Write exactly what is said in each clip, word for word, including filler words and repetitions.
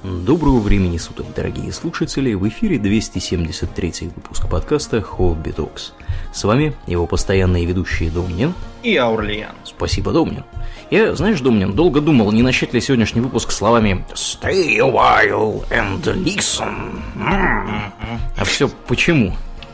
Доброго времени суток, дорогие слушатели! В эфире двести семьдесят третий выпуск подкаста Хобби Токс. С вами его постоянные ведущие Домнин и Аурлиен. Спасибо, Домнин. Я, знаешь, Домнин, долго думал, не начать ли сегодняшний выпуск словами «Stay a while and listen». Mm-hmm. А все почему?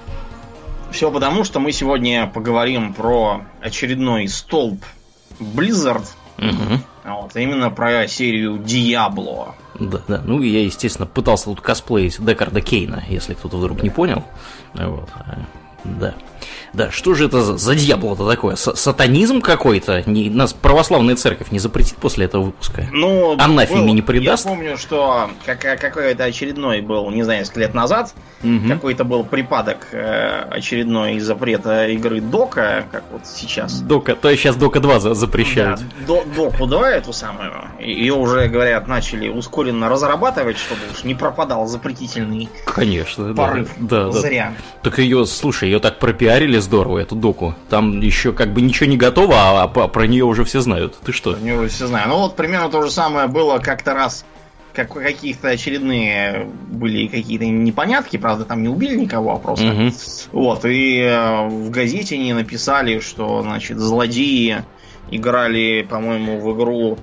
Все потому, что мы сегодня поговорим про очередной столб Blizzard. Угу. Вот, именно про серию Diablo. Да, да. Ну, я, естественно, пытался тут косплеить Декарда Кейна, если кто-то вдруг не понял. Вот. Да. Да, что же это за Диабло-то такое? С- сатанизм какой-то? Не, нас православная церковь не запретит после этого выпуска? Ну, анафеме был, не предаст? Я помню, что как, какой-то очередной был, не знаю, несколько лет назад, угу. какой-то был припадок э, очередной запрета игры Дока, как вот сейчас. Дока, то есть сейчас Дока два запрещают. Да, до, Доку два, эту самую. Ее уже, говорят, начали ускоренно разрабатывать, чтобы уж не пропадал запретительный Конечно, порыв. Да, да, зря. Да. Так ее, слушай, ее так пропиарили здорово, эту доку. Там еще как бы ничего не готово, а про нее уже все знают. Ты что? Про нее уже все знают. Ну вот примерно то же самое было как-то раз, как каких-то очередные были какие-то непонятки, правда, там не убили никого, а просто. Угу. Вот, и в газете они написали, что, значит, злодеи играли, по-моему, в игру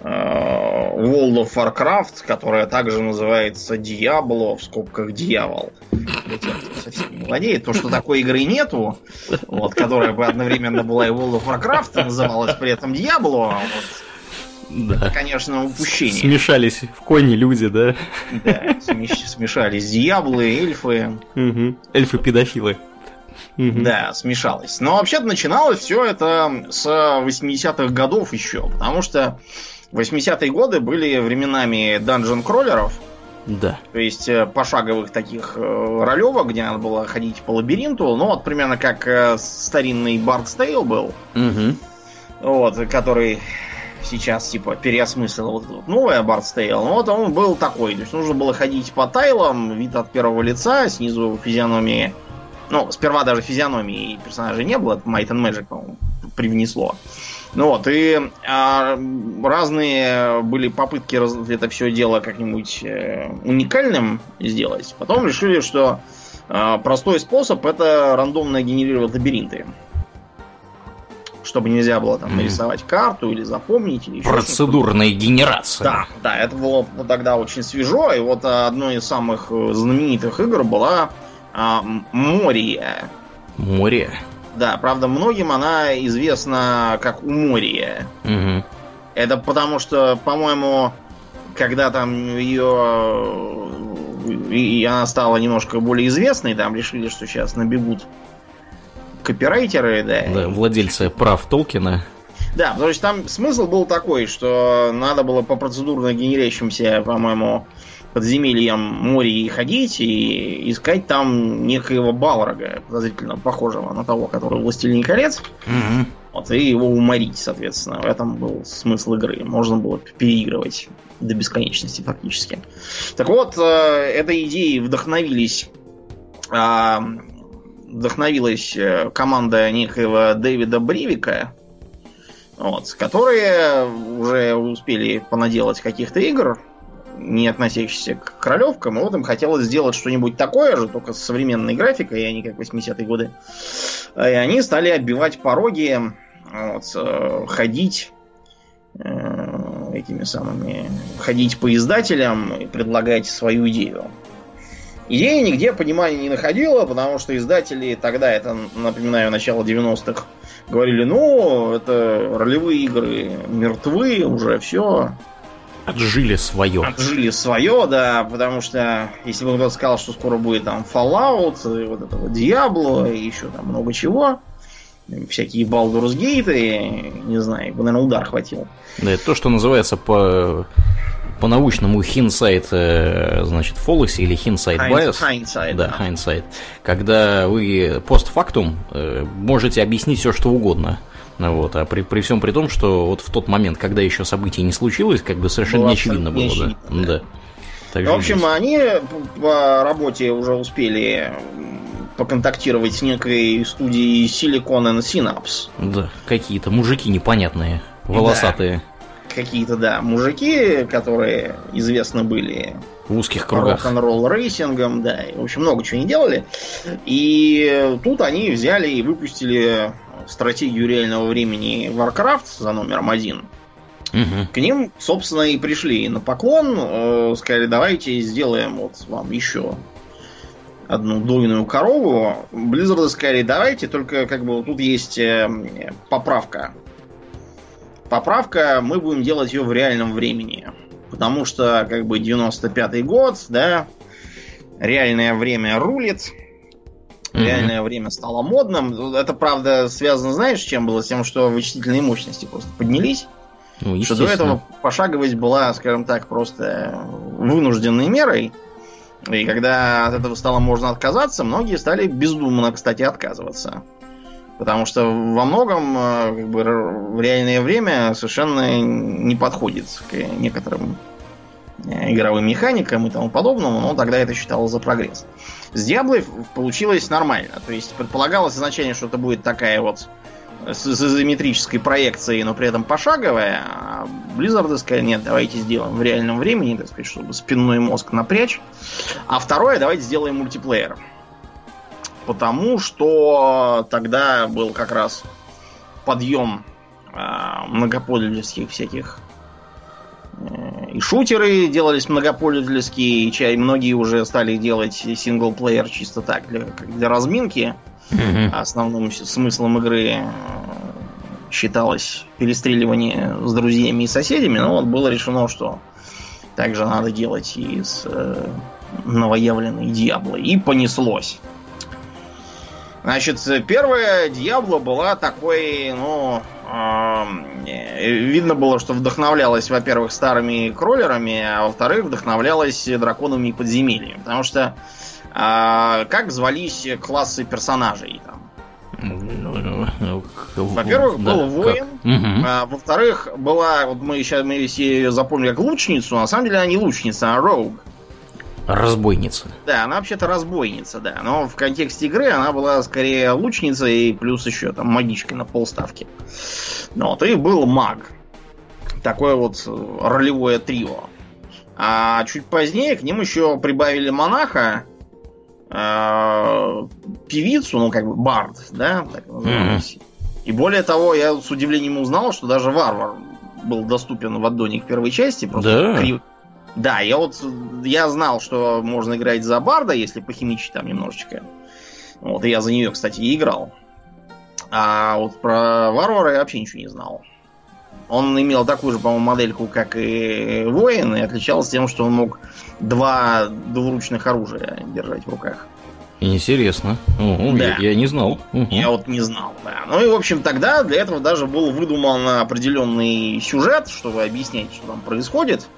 World of Warcraft, которая также называется Diablo, в скобках дьявол. Для тех, кто совсем не владеет, то, что такой игры нету, вот, которая бы одновременно была и World of Warcraft, называлась при этом Diablo, вот, да. Это, конечно, упущение. Смешались в кони люди, да? Да, смешались дьяволы, эльфы. Угу. Эльфы-педофилы. Угу. Да, смешалось. Но вообще-то начиналось все это с восьмидесятых годов еще, потому что восьмидесятые годы были временами данжен-кроллеров. Да. То есть пошаговых таких ролевок, где надо было ходить по лабиринту. Ну, вот примерно как старинный Bard's Tale был. Угу. Вот, который сейчас типа переосмыслил вот это вот новое Bard's Tale. Ну, вот он был такой. То есть нужно было ходить по тайлам, вид от первого лица, снизу физиономии. Ну, сперва даже физиономии персонажей не было. Это Might and Magic, по-моему, привнесло. Ну вот, и а, разные были попытки раз, это все дело как-нибудь э, уникальным сделать. Потом решили, что э, простой способ это рандомно генерировать лабиринты. Чтобы нельзя было там нарисовать карту или запомнить. Или еще процедурная генерация. Да, да, это было тогда очень свежо. И вот одной из самых знаменитых игр была а, Мория. Море. Да, правда, многим она известна как Умория. Угу. Это потому что, по-моему, когда там ее и она стала немножко более известной, там решили, что сейчас набегут копирайтеры, да. Да, владельцы прав Толкина. Да, потому что там смысл был такой, что надо было по процедурно генерящимся, по-моему, подземельям Мории ходить и искать там некоего Балрога, подозрительно похожего на того, который «Властелин колец». Угу. Вот, и его уморить, соответственно. В этом был смысл игры. Можно было переигрывать до бесконечности фактически. Так вот, этой идеей вдохновились... вдохновилась команда некоего Дэвида Бревика, вот, которые уже успели понаделать каких-то игр, не относящихся к королевкам, и вот им хотелось сделать что-нибудь такое же, только с современной графикой, а не как восьмидесятые годы. И они стали оббивать пороги, вот, ходить э, этими самыми, ходить по издателям и предлагать свою идею. Идея нигде понимания не находила, потому что издатели тогда, это, напоминаю, начало девяностых, говорили, ну, это ролевые игры мертвы, уже все. Отжили свое. Отжили свое, да, потому что если бы кто-то сказал, что скоро будет там Fallout, и вот этого Diablo, и еще там много чего, всякие Baldur's Gate, не знаю, бы, наверное, удар хватил. Да, это то, что называется по... по-научному hindsight, значит, fallacy или hindsight bias. Hindsight. Да, hindsight. Когда вы постфактум можете объяснить все, что угодно. Вот, а при, при всем при том, что вот в тот момент, когда еще событие не случилось, как бы совершенно было неочевидно было, очевидно, да. да. да. Так в общем, здесь. Они по работе уже успели поконтактировать с некой студией Silicon and Synapse. Да, какие-то мужики непонятные, волосатые. Да. какие-то, да, мужики, которые известны были в узких кругах рок-н-ролл рейсингом, да, и, в общем, много чего не делали. И тут они взяли и выпустили стратегию реального времени Warcraft за номером один. Угу. К ним, собственно, и пришли на поклон, сказали, давайте сделаем вот вам еще одну дойную корову. Blizzard сказали, давайте, только как бы тут есть поправка. Поправка, мы будем делать ее в реальном времени. Потому что, как бы, девяносто пятый год, да, реальное время рулит. Реальное mm-hmm. время стало модным. Это, правда, связано, знаешь, с чем было? С тем, что вычислительные мощности просто поднялись. Ну, что до этого пошаговость была, скажем так, просто вынужденной мерой. И когда от этого стало можно отказаться, многие стали бездумно, кстати, отказываться. Потому что во многом как бы, реальное время совершенно не подходит к некоторым игровым механикам и тому подобному, но тогда это считалось за прогресс. С Diablo получилось нормально. То есть предполагалось изначально, что это будет такая вот с изометрической проекцией, но при этом пошаговая. А Blizzard сказали, нет, давайте сделаем в реальном времени, так сказать, чтобы спинной мозг напрячь. А второе, давайте сделаем мультиплеер. Потому что тогда был как раз подъем э, многопользовательских всяких э, и шутеры делались многопользовательские, и многие уже стали делать синглплеер чисто так, для, для разминки. Mm-hmm. Основным смыслом игры считалось перестреливание с друзьями и соседями, но вот было решено, что также надо делать и с э, новоявленной Diablo. И понеслось. Значит, первая Diablo была такой, ну, э, видно было, что вдохновлялась, во-первых, старыми кроллерами, а во-вторых, вдохновлялась драконами и подземельями. Потому что э, как звались классы персонажей там? Во-первых, да, был воин, угу. а, во-вторых, была, вот мы сейчас мы все ее запомнили как лучницу, на самом деле она не лучница, а роуг. Разбойница. Да, она вообще-то разбойница, да. Но в контексте игры она была скорее лучницей, плюс еще там магичкой на полставки. Ну, вот, и был маг. Такое вот ролевое трио. А чуть позднее к ним еще прибавили монаха, э, певицу, ну, как бы бард, да, так называемый. Mm-hmm. И более того, я с удивлением узнал, что даже варвар был доступен в аддоне к первой части. Просто да. Криво. Да, я вот я знал, что можно играть за барда, если похимичить там немножечко. Вот, и я за нее, кстати, и играл. А вот про варвара я вообще ничего не знал. Он имел такую же, по-моему, модельку, как и воин, и отличался тем, что он мог два двуручных оружия держать в руках. Интересно. Угу, да. я, я не знал. Угу. Я вот не знал, да. Ну и, в общем, тогда для этого даже был выдуман определенный сюжет, чтобы объяснять, что там происходит,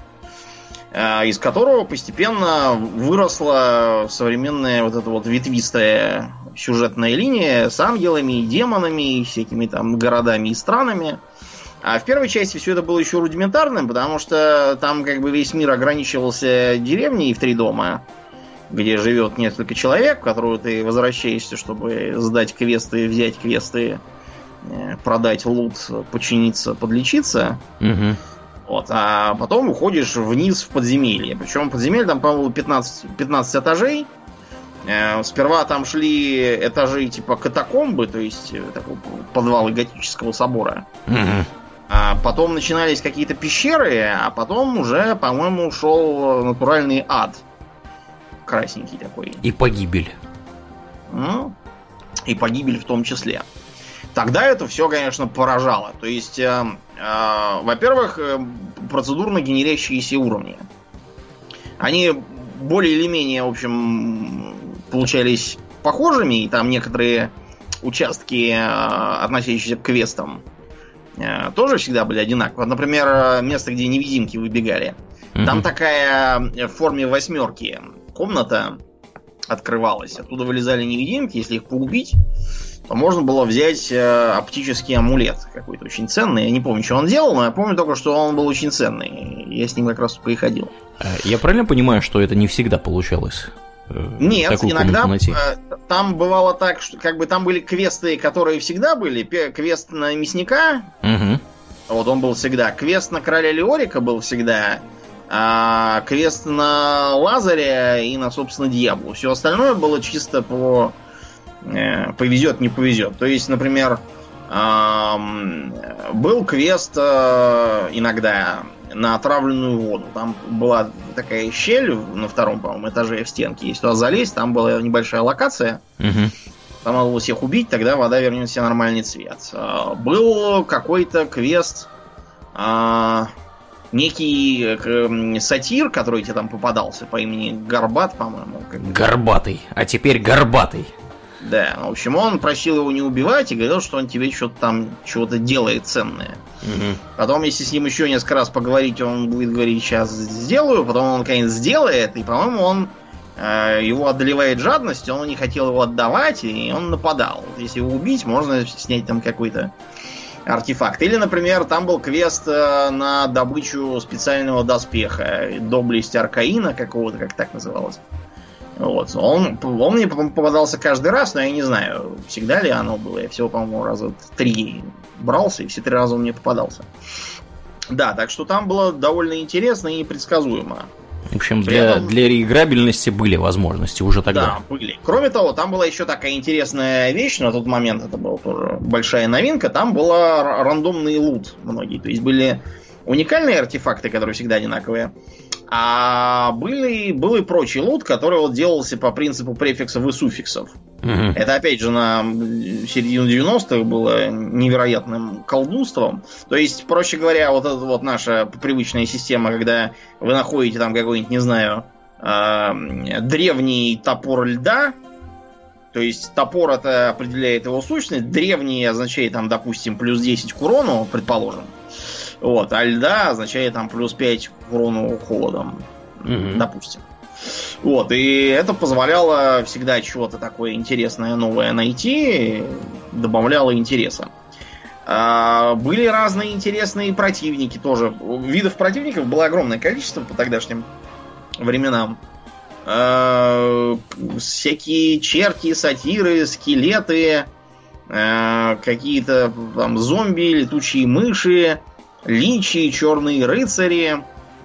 из которого постепенно выросла современная вот эта вот ветвистая сюжетная линия с ангелами и демонами, и всякими там городами и странами. А в первой части все это было еще рудиментарным, потому что там как бы весь мир ограничивался деревней в три дома, где живет несколько человек, в которую ты возвращаешься, чтобы сдать квесты, взять квесты, продать лут, починиться, подлечиться. Угу. Вот, а потом уходишь вниз в подземелье. Причем подземелье там, по-моему, пятнадцать, пятнадцать этажей. Э, сперва там шли этажи типа катакомбы, то есть такого подвалы готического собора. Mm-hmm. А потом начинались какие-то пещеры, а потом уже, по-моему, шел натуральный ад. Красненький такой. И погибель. Ну, и погибель в том числе. Тогда это все, конечно, поражало. То есть, э, э, во-первых, э, процедурно генерящиеся уровни. Они более или менее, в общем, получались похожими. И там некоторые участки, э, относящиеся к квестам, э, тоже всегда были одинаковые. Например, место, где невидимки выбегали. Mm-hmm. Там такая в форме восьмерки комната открывалась. Оттуда вылезали невидимки. Если их поубить, то можно было взять э, оптический амулет какой-то очень ценный. Я не помню, что он делал, но я помню только, что он был очень ценный. Я с ним как раз только и ходил. Я правильно понимаю, что это не всегда получалось? Э, Нет, иногда э, там бывало так, что как бы там были квесты, которые всегда были. Квест на мясника, угу. Вот он был всегда. Квест на короля Леорика был всегда. А квест на Лазаря и на, собственно, Дьяблу. Все остальное было чисто по э, повезет, не повезет. То есть, например, э, был квест э, иногда на отравленную воду. Там была такая щель на втором, по-моему, этаже в стенке. Если туда залезть, там была небольшая локация. Угу. Там надо было всех убить, тогда вода вернет себе нормальный цвет. Э, был какой-то квест... Э, некий э, сатир, который тебе там попадался по имени Горбат, по-моему. Горбатый, а теперь Горбатый. Да, в общем, он просил его не убивать и говорил, что он тебе что-то там, чего-то делает ценное. Угу. Потом, если с ним еще несколько раз поговорить, он будет говорить, сейчас сделаю, потом он, наконец, сделает, и, по-моему, он э, его одолевает жадность, он не хотел его отдавать, и он нападал. Вот если его убить, можно снять там какой-то артефакт. Или, например, там был квест на добычу специального доспеха. Доблесть Аркаина какого-то, как так называлось. Вот. Он, он мне попадался каждый раз, но я не знаю, всегда ли оно было. Я всего, по-моему, раза три брался, и все три раза он мне попадался. Да, так что там было довольно интересно и предсказуемо. В общем, для, этом... для реиграбельности были возможности уже тогда. Да, были. Кроме того, там была еще такая интересная вещь, на тот момент это была тоже большая новинка, там была рандомный лут многие. То есть были уникальные артефакты, которые всегда одинаковые, а были, был и прочий лут, который вот делался по принципу префиксов и суффиксов. Угу. Это, опять же, на середину девяностых было невероятным колдунством. То есть, проще говоря, вот эта вот наша привычная система, когда вы находите там какой-нибудь, не знаю, э, древний топор льда, то есть топор это определяет его сущность, древний означает там, допустим, плюс десять к урону, предположим. Вот, а льда означает там плюс пять к урону холодом, mm-hmm. допустим. Вот, и это позволяло всегда чего-то такое интересное, новое найти, добавляло интереса. А, были разные интересные противники тоже. Видов противников было огромное количество по тогдашним временам. А, всякие черти, сатиры, скелеты, а, какие-то там зомби, летучие мыши, личи, черные рыцари,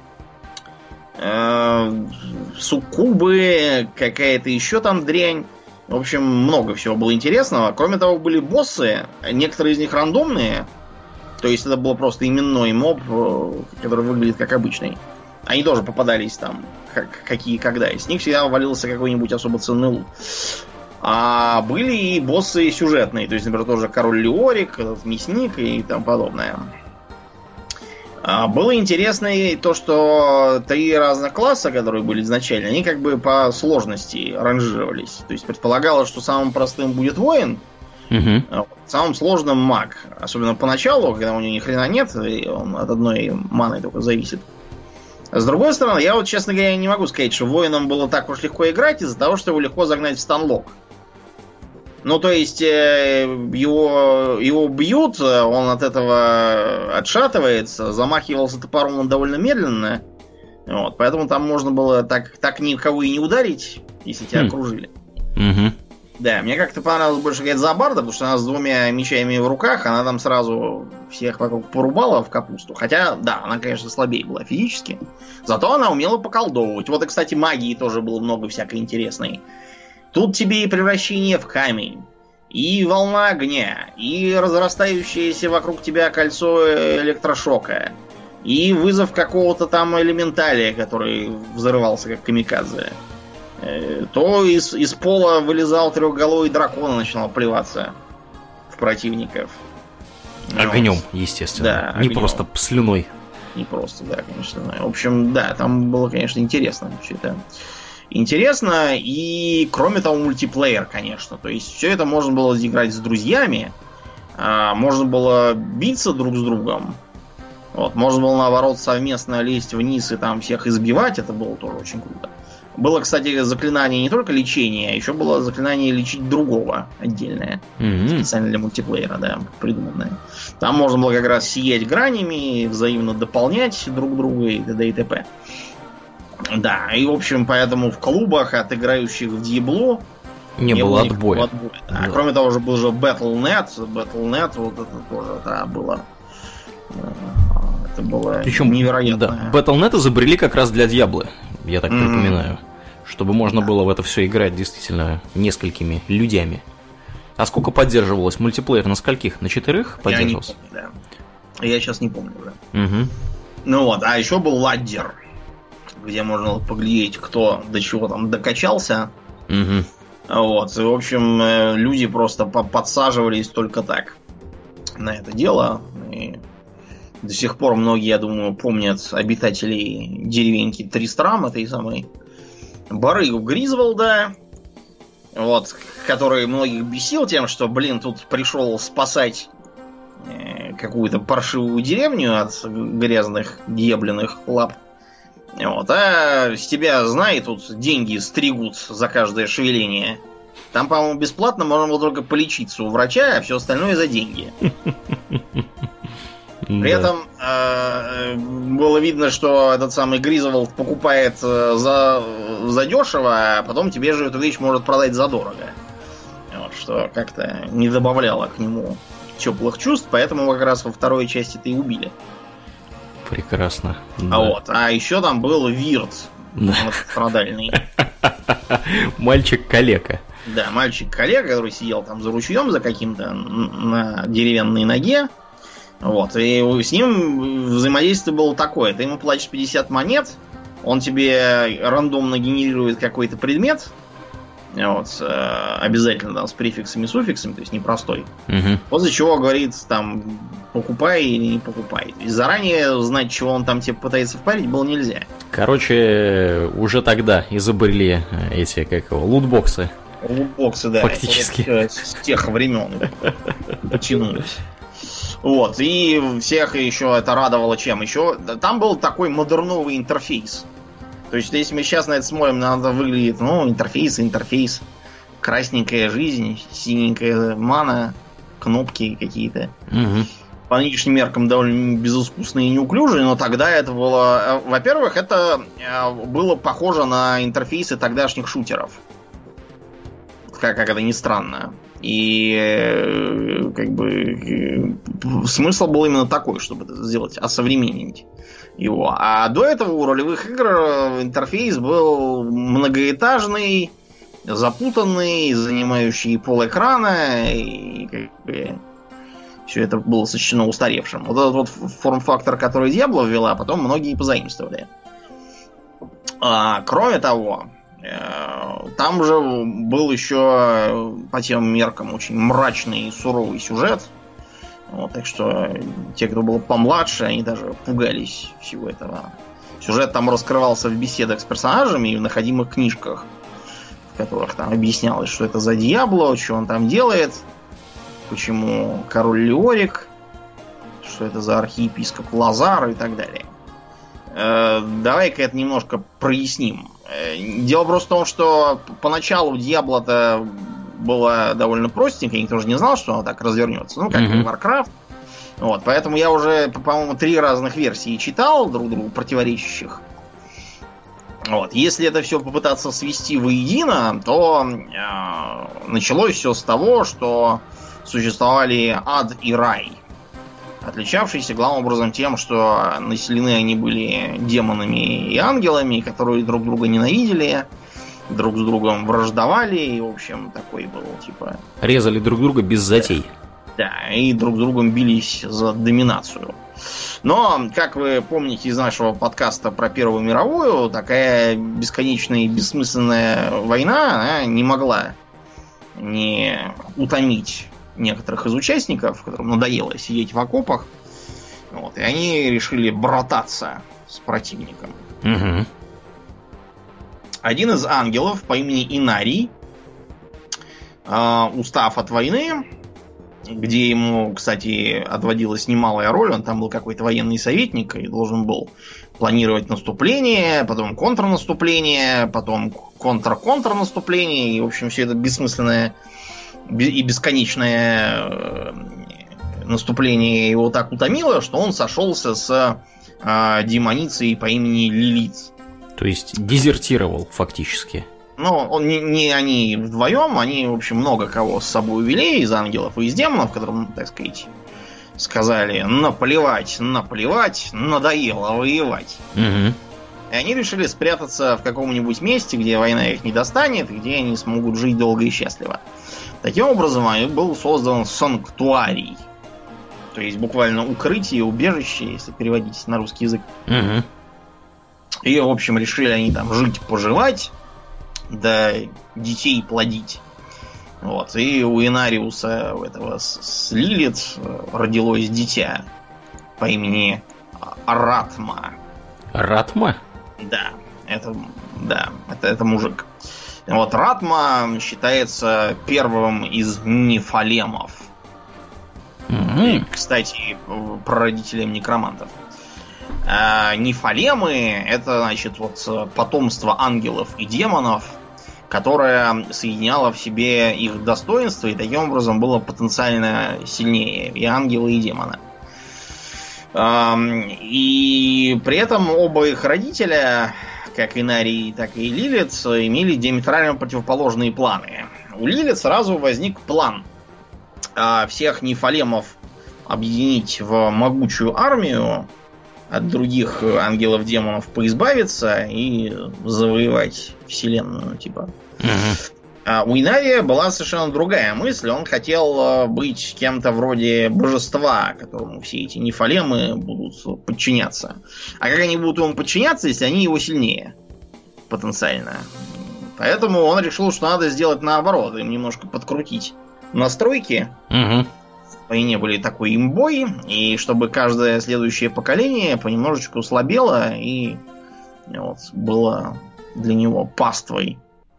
э, суккубы, какая-то еще там дрянь. В общем, много всего было интересного. Кроме того, были боссы, некоторые из них рандомные. То есть это был просто именной моб, который выглядит как обычный. Они тоже попадались там, как, какие когда. Из них всегда валился какой-нибудь особо ценный лут. А были и боссы сюжетные. То есть, например, тоже король Леорик, мясник и тому подобное. Было интересно и то, что три разных класса, которые были изначально, они как бы по сложности ранжировались. То есть предполагалось, что самым простым будет воин, угу. самым сложным маг. Особенно поначалу, когда у него ни хрена нет, и он от одной маны только зависит. С другой стороны, я вот, честно говоря, не могу сказать, что воином было так уж легко играть из-за того, что его легко загнать в станлок. Ну, то есть, его, его бьют, он от этого отшатывается, замахивался топором он довольно медленно. Вот, поэтому там можно было так, так никого и не ударить, если тебя хм. окружили. Угу. Да, мне как-то понравилось больше говорить за Барда, потому что она с двумя мечами в руках, она там сразу всех вокруг порубала в капусту. Хотя, да, она, конечно, слабее была физически. Зато она умела поколдовывать. Вот, и, кстати, магии тоже было много всякой интересной. Тут тебе и превращение в камень, и волна огня, и разрастающееся вокруг тебя кольцо электрошока, и вызов какого-то там элементалия, который взрывался как камикадзе. То из, из пола вылезал трехголовый дракон и начинал плеваться в противников. Огнем, вот. Естественно. Да, огнем. Не просто слюной. Не просто, да, конечно. В общем, да, там было, конечно, интересно все это. Интересно, и кроме того, мультиплеер, конечно. То есть все это можно было играть с друзьями, можно было биться друг с другом, вот, можно было, наоборот, совместно лезть вниз и там всех избивать, это было тоже очень круто. Было, кстати, заклинание не только лечения, а еще было заклинание лечить другого отдельное, mm-hmm. специально для мультиплеера, да, придуманное. Там можно было как раз сиять гранями, взаимно дополнять друг друга и т.д. и т.п. Да, и, в общем, поэтому в клубах от играющих в Diablo не, не было отбоя. отбоя да. Да. Кроме того, же был же батл точка нет. батл точка нет, вот это тоже, да, было Это было Причем, невероятно. Да, батл точка нет изобрели как раз для Diablo, я так mm-hmm. припоминаю. Чтобы можно да. было в это все играть действительно несколькими людьми. А сколько поддерживалось? Мультиплеер на скольких? На четырех поддерживался? Я не помню, да. Я сейчас не помню уже. Угу. Ну вот, а еще был ладдер, где можно поглядеть, кто до чего там докачался. Угу. Вот, и, в общем, люди просто подсаживались только так на это дело. И до сих пор многие, я думаю, помнят обитателей деревеньки Тристрам, этой самой барыгу Гризволда, вот, который многих бесил тем, что, блин, тут пришел спасать э, какую-то паршивую деревню от грязных дьяволенных лап. Вот, а с тебя, знай, тут деньги стригут за каждое шевеление. Там, по-моему, бесплатно можно было только полечиться у врача, а все остальное за деньги. При этом э, было видно, что этот самый Гризволд покупает э, за, за дешево, а потом тебе же эту вещь может продать задорого. Вот, что как-то не добавляло к нему теплых чувств, поэтому как раз во второй части-то и убили. Прекрасно. А да. вот, а еще там был Вирт, да. страдальный. Мальчик-калека. Да, мальчик-коллега, который сидел там за ручьем, за каким-то на деревянной ноге. Вот, и с ним взаимодействие было такое. Ты ему платишь пятьдесят монет, он тебе рандомно генерирует какой-то предмет, вот, обязательно там с префиксами, суффиксами, то есть непростой. Угу. После чего говорит, там, покупай или не покупай. И заранее знать, чего он там тебе пытается впарить, было нельзя. Короче, уже тогда изобрели эти, как его, лутбоксы. Лутбоксы, да. Фактически. С тех времен потянулись. Вот, и всех еще это радовало чем? Еще там был такой модерновый интерфейс. То есть, если мы сейчас на это смотрим, надо выглядит, ну, интерфейс, интерфейс. Красненькая жизнь, синенькая мана, кнопки какие-то. Угу. По нынешним меркам довольно безыскусные и неуклюжие, но тогда это было... Во-первых, это было похоже на интерфейсы тогдашних шутеров. Как, как это ни странно. И как бы смысл был именно такой, чтобы это сделать, осовременить его. А до этого у ролевых игр интерфейс был многоэтажный, запутанный, занимающий полэкрана, и как бы все это было сочтено устаревшим. Вот этот вот форм-фактор, который Diablo ввела, потом многие позаимствовали. А, кроме того, там же был еще по тем меркам очень мрачный и суровый сюжет. Вот, так что те, кто был помладше, они даже пугались всего этого. Сюжет там раскрывался в беседах с персонажами и в находимых книжках, в которых там объяснялось, что это за Диабло, что он там делает, почему король Леорик, что это за архиепископ Лазар и так далее. Давай-ка это немножко проясним. Дело просто в том, что поначалу Диабло-то было довольно простенько, никто же не знал, что оно так развернется. Ну, как и mm-hmm. Warcraft. Вот, поэтому я уже, по-моему, три разных версии читал, друг другу противоречащих. Вот, если это все попытаться свести воедино, то э, началось все с того, что существовали ад и рай, отличавшиеся главным образом тем, что населены они были демонами и ангелами, которые друг друга ненавидели, друг с другом враждовали, и, в общем, такой был, типа... Резали друг друга без затей. Да, и друг с другом бились за доминацию. Но, как вы помните из нашего подкаста про Первую мировую, такая бесконечная и бессмысленная война, она не могла не утомить некоторых из участников, которым надоело сидеть в окопах. Вот, и они решили брататься с противником. Угу. Один из ангелов по имени Инарий, э, устав от войны, где ему, кстати, отводилась немалая роль, он там был какой-то военный советник и должен был планировать наступление, потом контрнаступление, потом контр-контрнаступление, и, в общем, все это бессмысленное и бесконечное наступление его так утомило, что он сошелся с э, демоницей по имени Лилит. То есть дезертировал фактически. Ну, он не, не они вдвоем, они, в общем, много кого с собой увели из ангелов и из демонов, которым, так сказать, сказали: наплевать, наплевать, надоело воевать. Угу. И они решили спрятаться в каком-нибудь месте, где война их не достанет, и где они смогут жить долго и счастливо. Таким образом, был создан санктуарий. То есть буквально укрытие, убежище, если переводить на русский язык. Угу. И, в общем, решили они там жить-поживать, да детей плодить. Вот. И у Инариуса, у этого с Лилит, родилось дитя по имени Ратма. Ратма? Да, это, да, это, это мужик. Вот Ратма считается первым из нефалемов. Mm-hmm. И, кстати, прародителем некромантов. А нефалемы — это, значит, вот потомство ангелов и демонов, которое соединяло в себе их достоинства и таким образом было потенциально сильнее и ангела, и демона. И при этом оба их родителя, как Инарий, так и Лилит, имели диаметрально противоположные планы. У Лилит сразу возник план всех нефалемов объединить в могучую армию, от других ангелов-демонов поизбавиться и завоевать вселенную, типа. Угу. А у Инария была совершенно другая мысль. Он хотел быть кем-то вроде божества, которому все эти нефалемы будут подчиняться. А как они будут ему подчиняться, если они его сильнее? Потенциально. Поэтому он решил, что надо сделать наоборот. Им немножко подкрутить настройки. Угу. Они не были такой имбой. И чтобы каждое следующее поколение понемножечку слабело и вот, было для него паствой.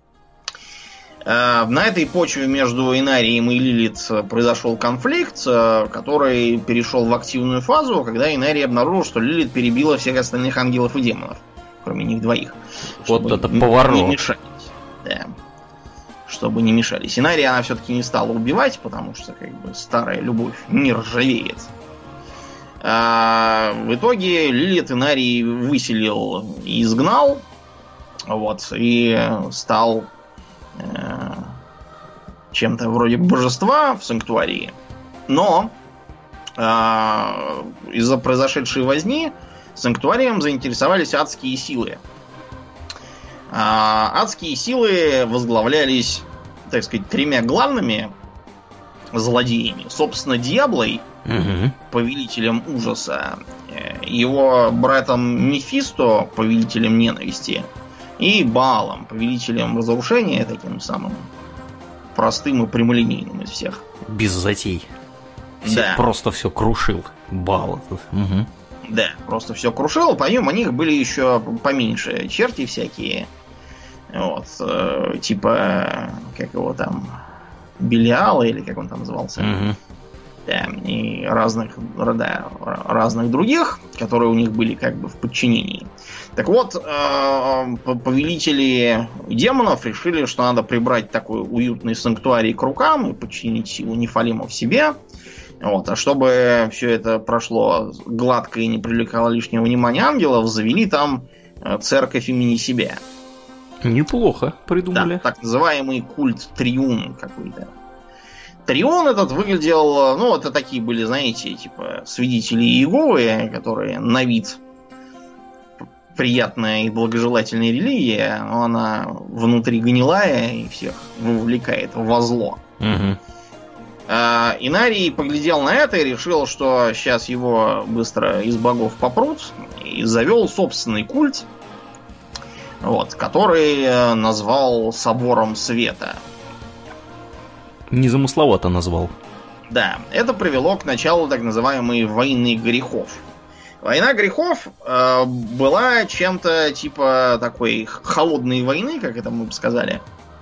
На этой почве между Инарием и Лилит произошел конфликт, который перешел в активную фазу, когда Инарий обнаружил, что Лилит перебила всех остальных ангелов и демонов, кроме них двоих. Вот это поворот. Не мешались. Да. Чтобы не мешались. Инария она все-таки не стала убивать, потому что как бы старая любовь не ржавеет. А в итоге Лилит Инарий выселил и изгнал, вот, и стал чем-то вроде божества в санктуарии. Но э, из-за произошедшей возни санктуарием заинтересовались адские силы. Э, адские силы возглавлялись, так сказать, тремя главными злодеями. Собственно, Дьяблой, угу. повелителем ужаса, его братом Мефисто, повелителем ненависти, и Баалом, повелителем разрушения, таким самым простым и прямолинейным из всех. Без затей. Все, да. Просто все крушил. Баал. Угу. Да, просто все крушил. Помимо них были еще поменьше черти всякие. Вот. Э, типа, как его там, Белиала, или как он там назывался. Угу. Да, и разных, да, разных других, которые у них были как бы в подчинении. Так вот, повелители демонов решили, что надо прибрать такой уютный санктуарий к рукам и подчинить силу нефалемов себе. Вот. А чтобы все это прошло гладко и не привлекало лишнего внимания ангелов, завели там церковь имени себя. Неплохо придумали. Да, так называемый культ Триун какой-то. Трион этот выглядел, ну, это такие были, знаете, типа свидетели Иеговы, которые на вид приятная и благожелательная религия, но она внутри гнилая и всех вовлекает во зло. Угу. А, Инарий поглядел на это и решил, что сейчас его быстро из богов попрут, и завел собственный культ, вот, который назвал Собором Света. Незамысловато назвал. Да, это привело к началу так называемой войны грехов. Война грехов э, была чем-то типа такой холодной войны, как это мы бы сказали,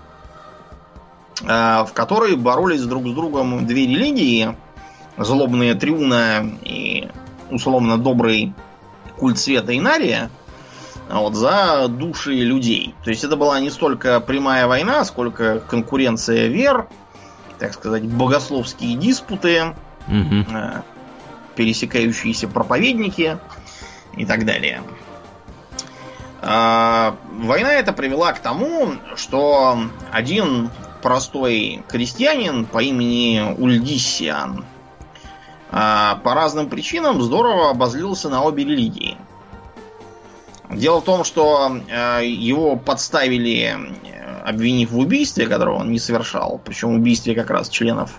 э, в которой боролись друг с другом две религии, злобные Триуна и условно добрый культ света Инария, вот, за души людей. То есть это была не столько прямая война, сколько конкуренция вер, так сказать, богословские диспуты, угу. э, пересекающиеся проповедники и так далее. Э, война эта привела к тому, что один простой крестьянин по имени Ульдиссиан по разным причинам здорово обозлился на обе религии. Дело в том, что его подставили, обвинив в убийстве, которого он не совершал, причем в убийстве как раз членов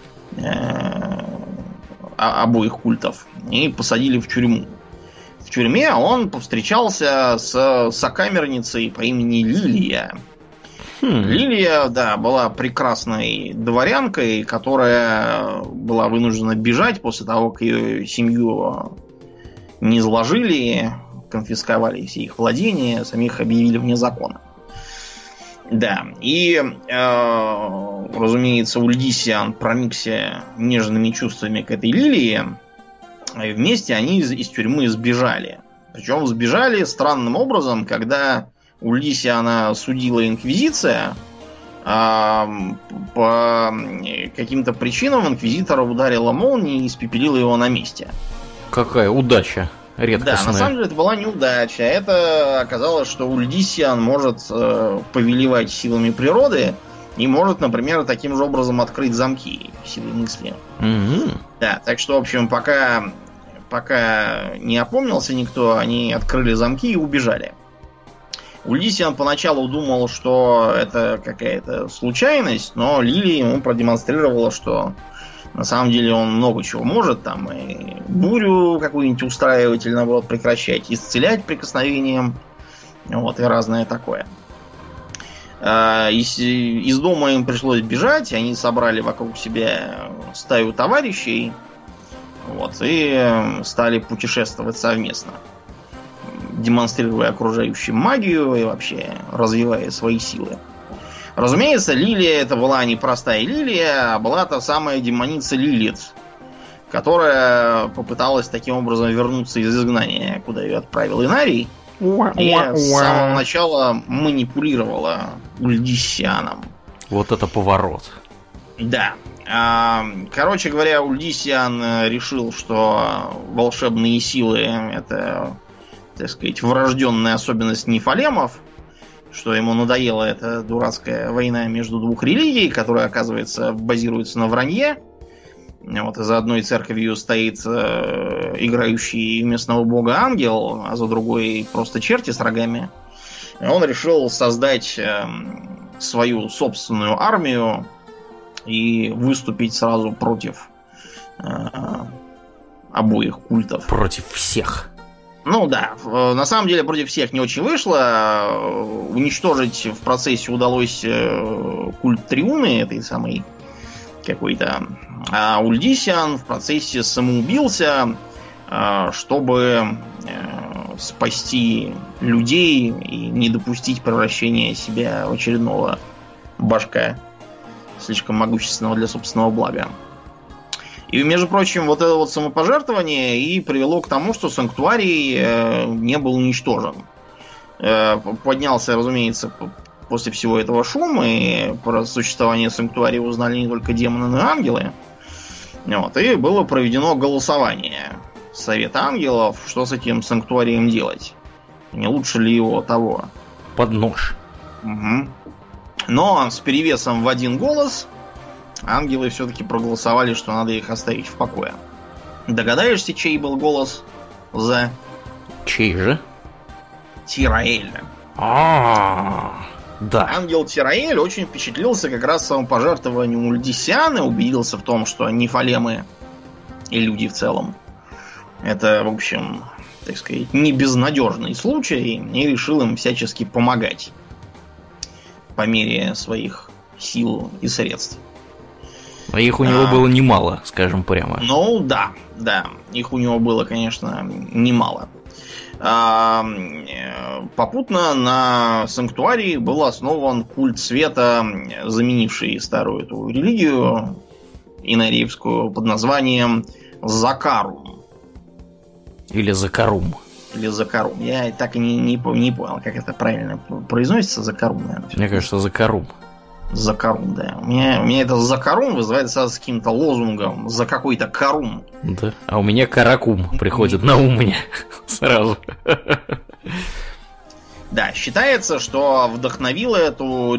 обоих культов, и посадили в тюрьму. В тюрьме он повстречался с сокамерницей по имени Лилия. Хм. Лилия, да, была прекрасной дворянкой, которая была вынуждена бежать после того, как ее семью не изложили, конфисковали все их владения, самих объявили вне закона. Да, и, э, разумеется, Ульдисиан проникся нежными чувствами к этой Лилии, и вместе они из, из тюрьмы сбежали. Причем сбежали странным образом, когда Ульдисиана судила Инквизиция, э, по каким-то причинам инквизитора ударила молния и испепелила его на месте. Какая удача! Редкостная. Да, на самом деле это была неудача. Это оказалось, что Ульдисиан может э, повелевать силами природы и может, например, таким же образом открыть замки силой мысли. Mm-hmm. Да, так что, в общем, пока, пока не опомнился никто, они открыли замки и убежали. Ульдисиан поначалу думал, что это какая-то случайность, но Лилия ему продемонстрировала, что на самом деле он много чего может, там и бурю какую-нибудь устраивать или наоборот прекращать, исцелять прикосновением, вот, и разное такое. Из, из дома им пришлось бежать, они собрали вокруг себя стаю товарищей, вот, и стали путешествовать совместно, демонстрируя окружающим магию и вообще развивая свои силы. Разумеется, Лилия это была не простая Лилия, а была та самая демоница Лилит, которая попыталась таким образом вернуться из изгнания, куда ее отправил Инарий, и с самого начала манипулировала Ульдисианом. Вот это поворот. Да. Короче говоря, Ульдисиан решил, что волшебные силы это, так сказать, врожденная особенность нефалемов, что ему надоела эта дурацкая война между двух религий, которая, оказывается, базируется на вранье. Вот, и за одной церковью стоит э, играющий местного бога ангел, а за другой просто черти с рогами. И он решил создать э, свою собственную армию и выступить сразу против э, обоих культов. Против всех. Ну да, на самом деле против всех не очень вышло. Уничтожить в процессе удалось культ Триуны, этой самой какой-то. А Ульдисиан в процессе самоубился, чтобы спасти людей и не допустить превращения себя в очередного башка, слишком могущественного для собственного блага. И, между прочим, вот это вот самопожертвование и привело к тому, что санктуарий э, не был уничтожен. Э, поднялся, разумеется, после всего этого шум, и про существование санктуария узнали не только демоны, но и ангелы. Вот, и было проведено голосование Совета ангелов, что с этим санктуарием делать. Не лучше ли его того? Под нож. Угу. Но с перевесом в один голос ангелы все-таки проголосовали, что надо их оставить в покое. Догадаешься, чей был голос за? Чей же? Тираэль. А, да. Ангел Тираэль очень впечатлился как раз самопожертвованием Ульдисиана, убедился в том, что нефалемы и люди в целом это, в общем, так сказать, не безнадежный случай, и решил им всячески помогать по мере своих сил и средств. А их у него а, было немало, скажем прямо. Ну да, да, их у него было, конечно, немало. А, попутно на санктуарии был основан культ света, заменивший старую эту религию инариевскую под названием Закарум. Или Закарум. Или Закарум. Я так и не, не, не понял, как это правильно произносится. Закарум, наверное. Мне кажется, Закарум. Закарум, да. У меня, у меня это Закарум вызывает сразу с каким-то лозунгом. За какой-то карум. Да. А у меня Каракум приходит на ум мне сразу. Да, считается, что вдохновило эту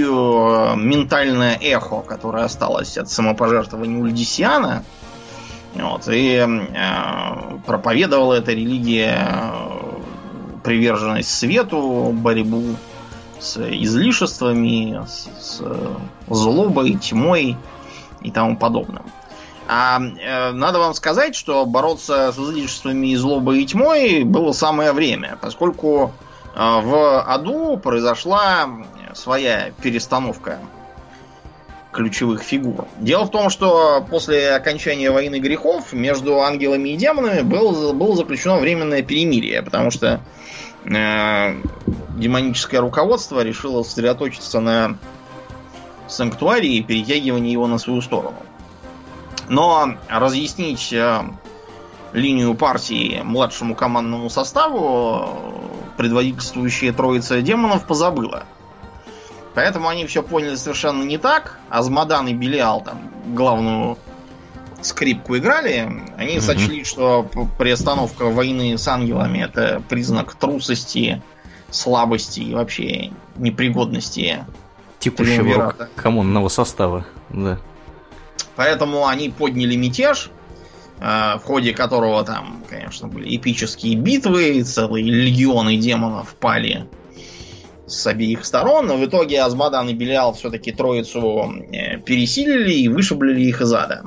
религию ментальное эхо, которое осталось от самопожертвования Ульдисиана. Вот, и э, проповедовала эта религия приверженность свету, борьбу с излишествами, с, с злобой, тьмой и тому подобным. А э, надо вам сказать, что бороться с излишествами, злобой и тьмой было самое время, поскольку э, в аду произошла своя перестановка ключевых фигур. Дело в том, что после окончания войны грехов между ангелами и демонами был, было заключено временное перемирие, потому что э, демоническое руководство решило сосредоточиться на санктуарии и перетягивании его на свою сторону. Но разъяснить э, линию партии младшему командному составу предводительствующая троица демонов позабыла. Поэтому они все поняли совершенно не так. Азмодан и Белиал там главную скрипку играли. Они mm-hmm. сочли, что приостановка войны с ангелами это признак трусости, слабости и вообще непригодности текущего командного состава. Да. Поэтому они подняли мятеж, в ходе которого там, конечно, были эпические битвы, целые легионы демонов пали с обеих сторон, но в итоге Азмодан и Белиал все-таки троицу пересилили и вышиблили их из ада.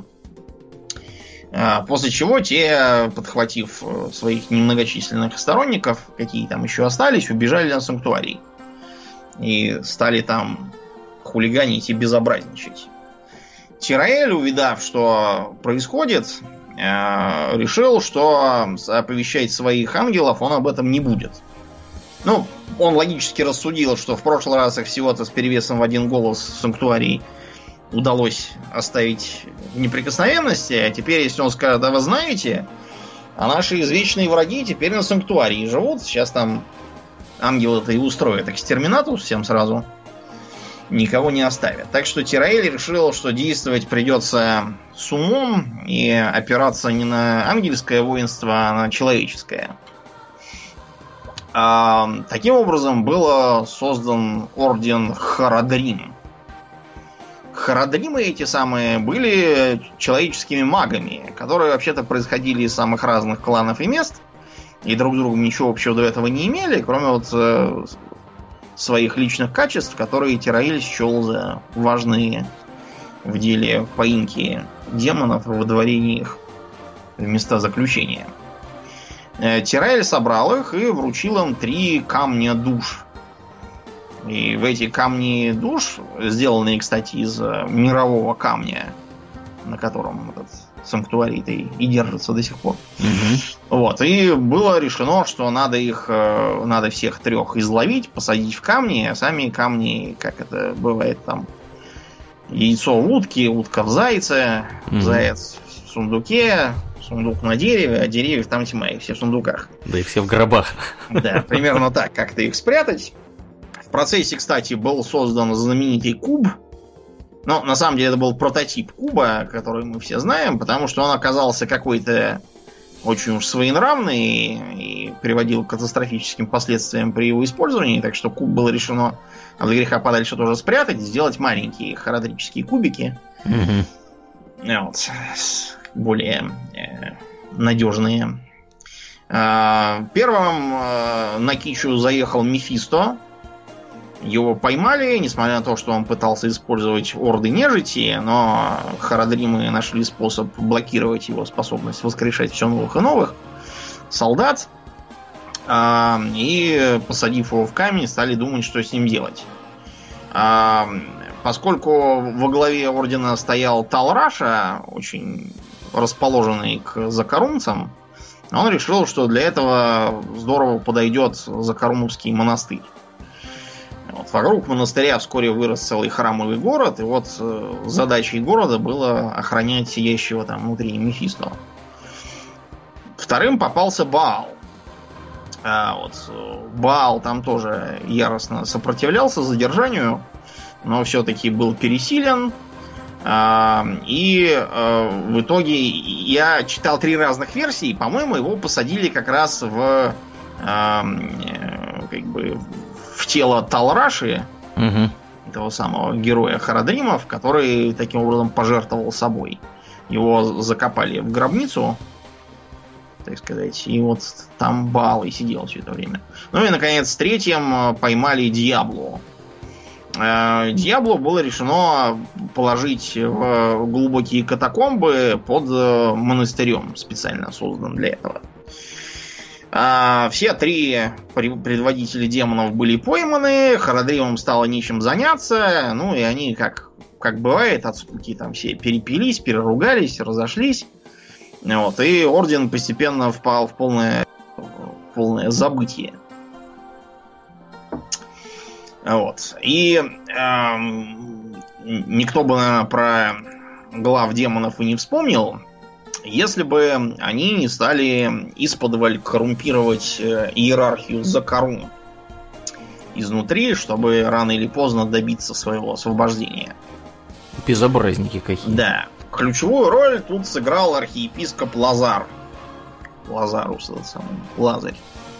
После чего те, подхватив своих немногочисленных сторонников, какие там еще остались, убежали на санктуарий. И стали там хулиганить и безобразничать. Тираэль, увидав, что происходит, решил, что оповещать своих ангелов он об этом не будет. Ну, он логически рассудил, что в прошлый раз их всего-то с перевесом в один голос санктуарий удалось оставить в неприкосновенности, а теперь, если он скажет, да вы знаете, а наши извечные враги теперь на санктуарии живут, сейчас там ангелы-то и устроят экстерминатус всем сразу, никого не оставят. Так что Тираэль решил, что действовать придется с умом и опираться не на ангельское воинство, а на человеческое. А, таким образом был создан орден Харадрим. Харадримы эти самые были человеческими магами, которые вообще-то происходили из самых разных кланов и мест, и друг с другом ничего общего до этого не имели, кроме вот э, своих личных качеств, которые Тираэль счел за важные в деле поимки демонов и выдворения их в места заключения. Тираэль собрал их и вручил им три камня душ. И в эти камни душ, сделанные, кстати, из мирового камня, на котором этот санктуарий-то и держится до сих пор. Угу. Вот. И было решено, что надо их, надо всех трех изловить, посадить в камни, а сами камни, как это бывает там, яйцо в утке, утка в зайце, угу. заяц в сундуке, сундук на дереве, а деревьев там тьма, и все в сундуках. Да и все в гробах. Да, примерно так, как-то их спрятать. В процессе, кстати, был создан знаменитый куб. Но на самом деле это был прототип куба, который мы все знаем, потому что он оказался какой-то очень уж своенравный и, и приводил к катастрофическим последствиям при его использовании. Так что куб было решено от греха подальше тоже спрятать, сделать маленькие харадрические кубики. Угу. Вот. Более э, надежные. Э, первым э, на Кичу заехал Мефисто. Его поймали, несмотря на то, что он пытался использовать орды нежити, но харадримы нашли способ блокировать его способность воскрешать все новых и новых солдат. Э, и, посадив его в камень, стали думать, что с ним делать. Э, поскольку во главе ордена стоял Талраша, очень расположенный к закорумцам, он решил, что для этого здорово подойдет закорумовский монастырь. Вот, вокруг монастыря вскоре вырос целый храмовый город, и вот э, задачей города было охранять сидящего там внутри Мефисто. Вторым попался Баал. А, вот, Баал там тоже яростно сопротивлялся задержанию, но все-таки был пересилен. И в итоге я читал три разных версии. По-моему, его посадили как раз в как бы в тело Талраши, угу. этого самого героя Харадримов, который таким образом пожертвовал собой. Его закопали в гробницу, так сказать, и вот там Баал и сидел все это время. Ну и, наконец, третьим поймали Диабло. Диабло было решено положить в глубокие катакомбы под монастырем, специально созданным для этого. Все три предводителя демонов были пойманы, Харадримам стало нечем заняться, ну и они, как, как бывает, от скуки там все перепились, переругались, разошлись. Вот, и орден постепенно впал в полное, в полное забытие. Вот. И э, никто бы, наверное, про глав демонов и не вспомнил, если бы они не стали исподволь коррумпировать иерархию Закару изнутри, чтобы рано или поздно добиться своего освобождения. Безобразники какие. Да. Ключевую роль тут сыграл архиепископ Лазар. Лазарус, этот самый Лазарь.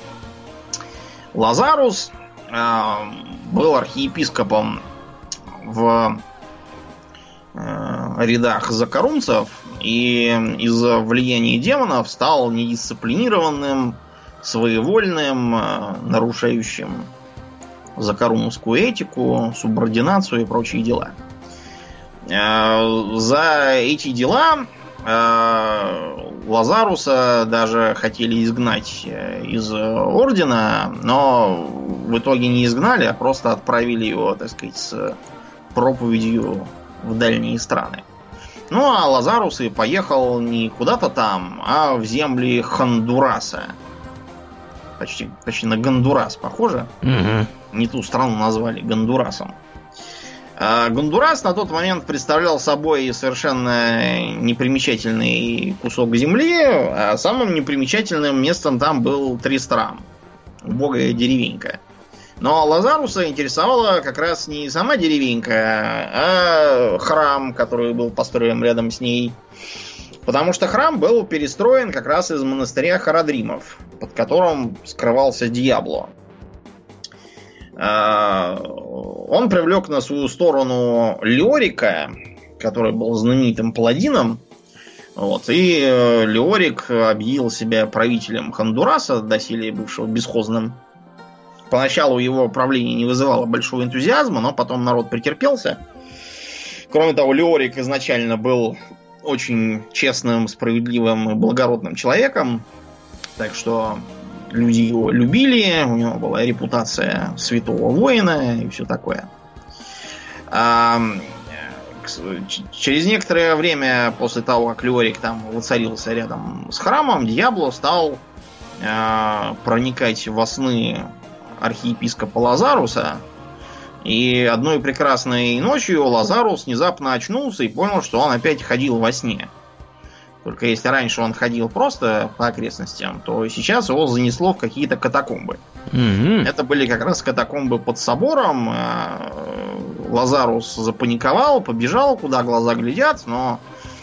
Лазарус э, был архиепископом в э, рядах закарунцев и из-за влияния демонов стал недисциплинированным, своевольным, э, нарушающим закарунскую этику, субординацию и прочие дела. За эти дела Лазаруса даже хотели изгнать из ордена, но в итоге не изгнали, а просто отправили его, так сказать, с проповедью в дальние страны. Ну, а Лазарус и поехал не куда-то там, а в земли Хондураса. Почти, почти на Гондурас похоже. Угу. Не ту страну назвали Гондурасом. Гондурас на тот момент представлял собой совершенно непримечательный кусок земли, а самым непримечательным местом там был Тристрам, убогая деревенька. Но Лазаруса интересовала как раз не сама деревенька, а храм, который был построен рядом с ней. Потому что храм был перестроен как раз из монастыря Харадримов, под которым скрывался Диабло. Он привлек на свою сторону Леорика, который был знаменитым паладином. Вот, и Леорик объявил себя правителем Хондураса, доселе бывшего бесхозным. Поначалу его правление не вызывало большого энтузиазма, но потом народ претерпелся. Кроме того, Леорик изначально был очень честным, справедливым и благородным человеком. Так что люди его любили, у него была репутация святого воина и все такое. А, через некоторое время после того, как Леорик там воцарился рядом с храмом, Диабло стал а, проникать во сны архиепископа Лазаруса. И одной прекрасной ночью Лазарус внезапно очнулся и понял, что он опять ходил во сне. Только если раньше он ходил просто по окрестностям, то сейчас его занесло в какие-то катакомбы. Mm-hmm. Это были как раз катакомбы под собором. Лазарус запаниковал, побежал, куда глаза глядят, но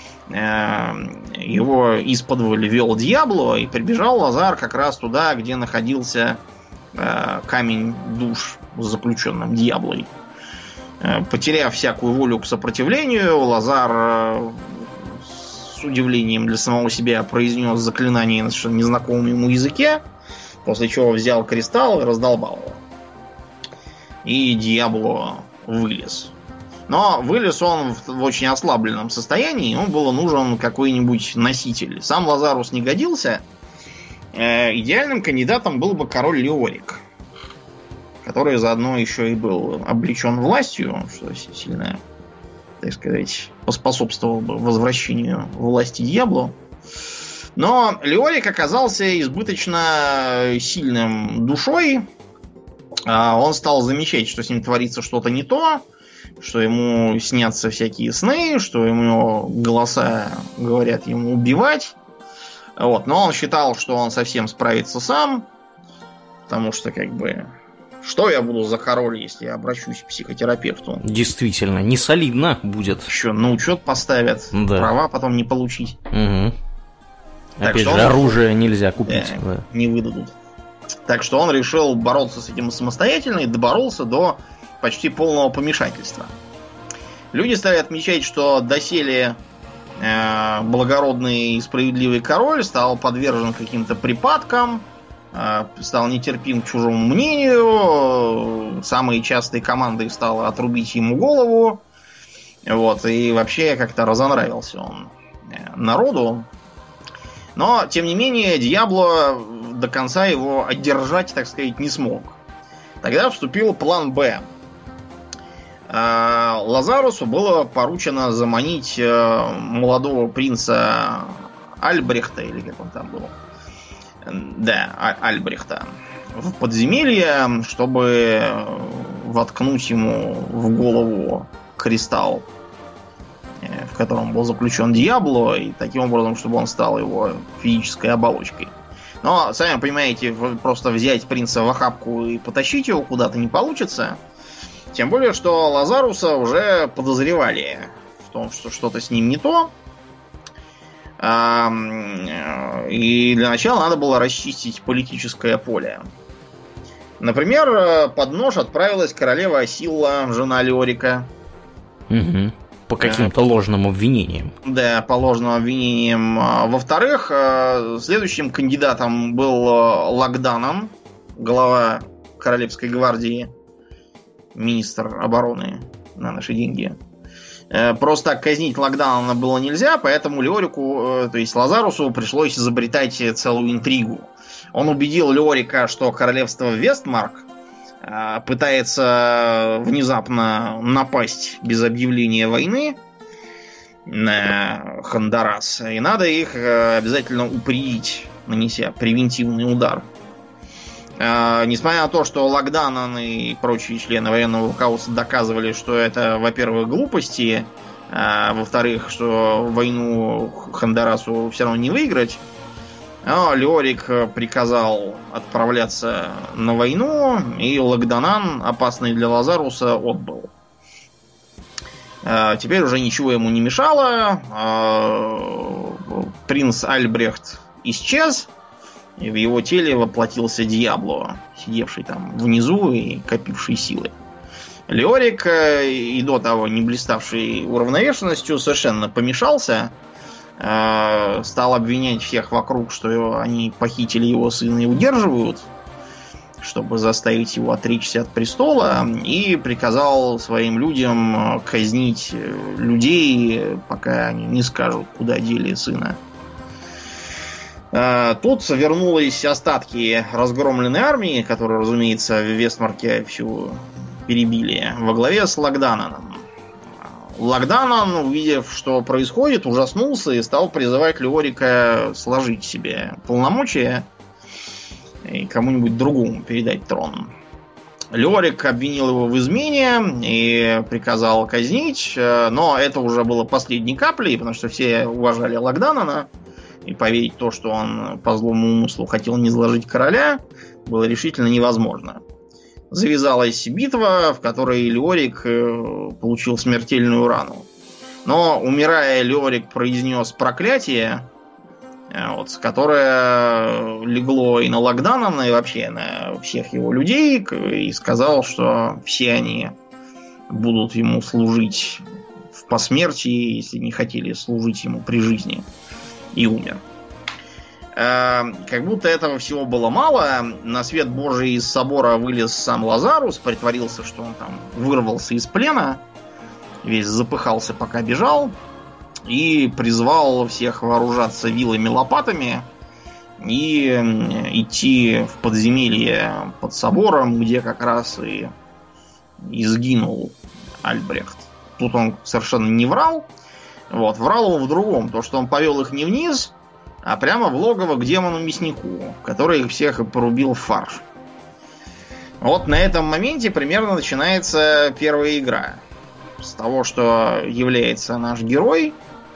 его исподволь вел Диабло, и прибежал Лазар как раз туда, где находился камень душ с заключенным Диаблой. Потеряв всякую волю к сопротивлению, Лазар с удивлением для самого себя произнес заклинание на совершенно незнакомом ему языке, после чего взял кристалл и раздолбал его. И Диабло вылез. Но вылез он в, в очень ослабленном состоянии, ему было нужен какой-нибудь носитель. Сам Лазарус не годился. Э, идеальным кандидатом был бы король Леорик, который заодно еще и был облечен властью, что сильно, так сказать, поспособствовал бы возвращению власти Диабло. Но Леорик оказался избыточно сильным душой. Он стал замечать, что с ним творится что-то не то, что ему снятся всякие сны, что ему голоса говорят ему убивать. Вот. Но он считал, что он совсем справится сам, потому что, как бы, что я буду за король, если я обращусь к психотерапевту? Действительно, не солидно будет. Еще на учет поставят, да. Права потом не получить. Угу. Опять же, он... оружие нельзя купить. Да, да. Не выдадут. Так что он решил бороться с этим самостоятельно и доборолся до почти полного помешательства. Люди стали отмечать, что доселе э, благородный и справедливый король стал подвержен каким-то припадкам, э, стал нетерпим к чужому мнению, самой частой командой стало отрубить ему голову, вот, и вообще как-то разонравился он народу. Но, тем не менее, Диабло до конца его одержать, так сказать, не смог. Тогда вступил план «Б». Лазарусу было поручено заманить молодого принца Альбрехта, или как он там был, да, Альбрехта, в подземелье, чтобы воткнуть ему в голову кристалл, в котором был заключен Диабло, и таким образом, чтобы он стал его физической оболочкой. Но, сами понимаете, просто взять принца в охапку и потащить его куда-то не получится. Тем более, что Лазаруса уже подозревали в том, что что-то с ним не то. И для начала надо было расчистить политическое поле. Например, под нож отправилась королева Асилла, жена Леорика. Угу. По каким-то ложным обвинениям. Да, по ложным обвинениям. Во-вторых, следующим кандидатом был Логданан, глава Королевской гвардии, министр обороны на наши деньги. Просто так казнить Логданана было нельзя, поэтому Леорику, то есть Лазарусу, пришлось изобретать целую интригу. Он убедил Леорика, что королевство Вестмарк пытается внезапно напасть без объявления войны на Хондорас, и надо их обязательно упредить, нанеся превентивный удар. Несмотря на то, что Логданан и прочие члены военного руководства доказывали, что это, во-первых, глупости, а во-вторых, что войну Хондорасу все равно не выиграть, но Леорик приказал отправляться на войну, и Логданан, опасный для Лазаруса, отбыл. Теперь уже ничего ему не мешало. Принц Альбрехт исчез, и в его теле воплотился Диабло, сидевший там внизу и копивший силы. Леорик, и до того не блиставший уравновешенностью, совершенно помешался. Стал обвинять всех вокруг, что они похитили его сына и удерживают, чтобы заставить его отречься от престола, и приказал своим людям казнить людей, пока они не скажут, куда дели сына. Тут вернулись остатки разгромленной армии, которую, разумеется, в Вестмарке всю перебили, во главе с Логдананом. Логданан, увидев, что происходит, ужаснулся и стал призывать Леорика сложить себе полномочия и кому-нибудь другому передать трон. Леорик обвинил его в измене и приказал казнить, но это уже было последней каплей, потому что все уважали Логданана, и поверить в то, что он по злому умыслу хотел низложить короля, было решительно невозможно. Завязалась битва, в которой Леорик получил смертельную рану. Но, умирая, Леорик произнес проклятие, вот, которое легло и на Логданана, и вообще на всех его людей, и сказал, что все они будут ему служить в посмертии, если не хотели служить ему при жизни, и умер. Как будто этого всего было мало, на свет Божий из собора вылез сам Лазарус, притворился, что он там вырвался из плена, весь запыхался, пока бежал, и призвал всех вооружаться вилами, лопатами и идти в подземелье под собором, где как раз и, и сгинул Альбрехт. Тут он совершенно не врал. Вот, врал он в другом, то, что он повел их не вниз, а прямо в логово к демону-мяснику, который их всех и порубил в фарш. Вот на этом моменте примерно начинается первая игра. С того, что является наш герой,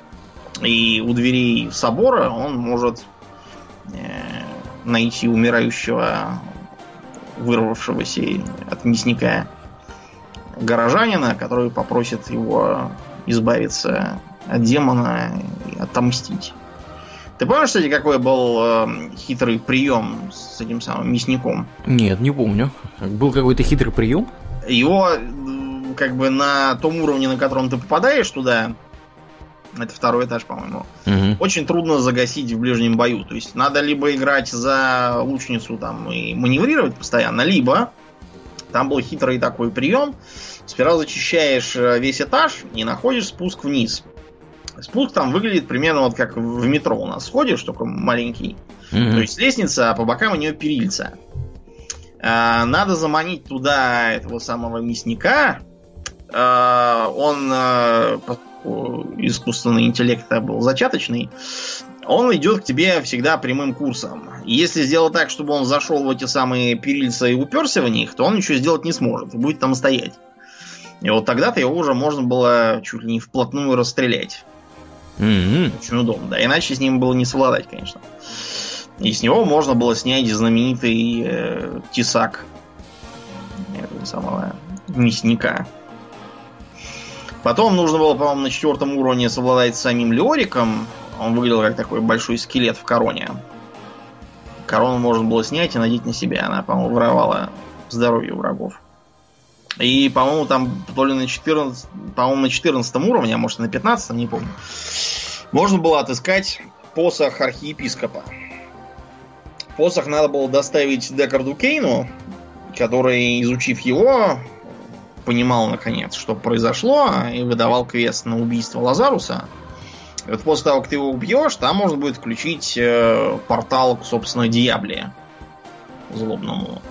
и у дверей собора он может э, найти умирающего, вырвавшегося от мясника горожанина, который попросит его избавиться от демона и отомстить. Ты помнишь, кстати, какой был э, хитрый прием с этим самым мясником? Нет, не помню. Был какой-то хитрый прием? Его, как бы, на том уровне, на котором ты попадаешь туда, Это второй этаж, по-моему. Угу. Очень трудно загасить в ближнем бою. То есть надо либо играть за лучницу там и маневрировать постоянно, либо там был хитрый такой прием. Сперва зачищаешь весь этаж и находишь спуск вниз. Спуск там выглядит примерно вот как в метро у нас сходишь, только маленький. Mm-hmm. То есть лестница, а по бокам у нее перильца. А, надо заманить туда этого самого мясника. А, он, а, искусственный интеллект был зачаточный, он идет к тебе всегда прямым курсом. И если сделать так, чтобы он зашел в эти самые перильца и уперся в них, то он ничего сделать не сможет. Будет там стоять. И вот тогда-то его уже можно было чуть ли не вплотную расстрелять. Mm-hmm. Очень удобно, да. Иначе с ним было не совладать, конечно. И с него можно было снять знаменитый э, тесак этого самого мясника. Потом нужно было, по-моему, на четвертом уровне совладать с самим Леориком. Он выглядел как такой большой скелет в короне. Корону можно было снять и надеть на себя. Она, по-моему, воровала здоровье врагов. И, по-моему, там то ли на четырнадцатом, по-моему, на четырнадцатом уровне, а может и на пятнадцатом, не помню, можно было отыскать посох архиепископа. Посох надо было доставить Декарду Кейну, который, изучив его, понимал, наконец, что произошло, и выдавал квест на убийство Лазаруса. И вот после того, как ты его убьешь, там можно будет включить э, портал к, собственно, Диабле злобному.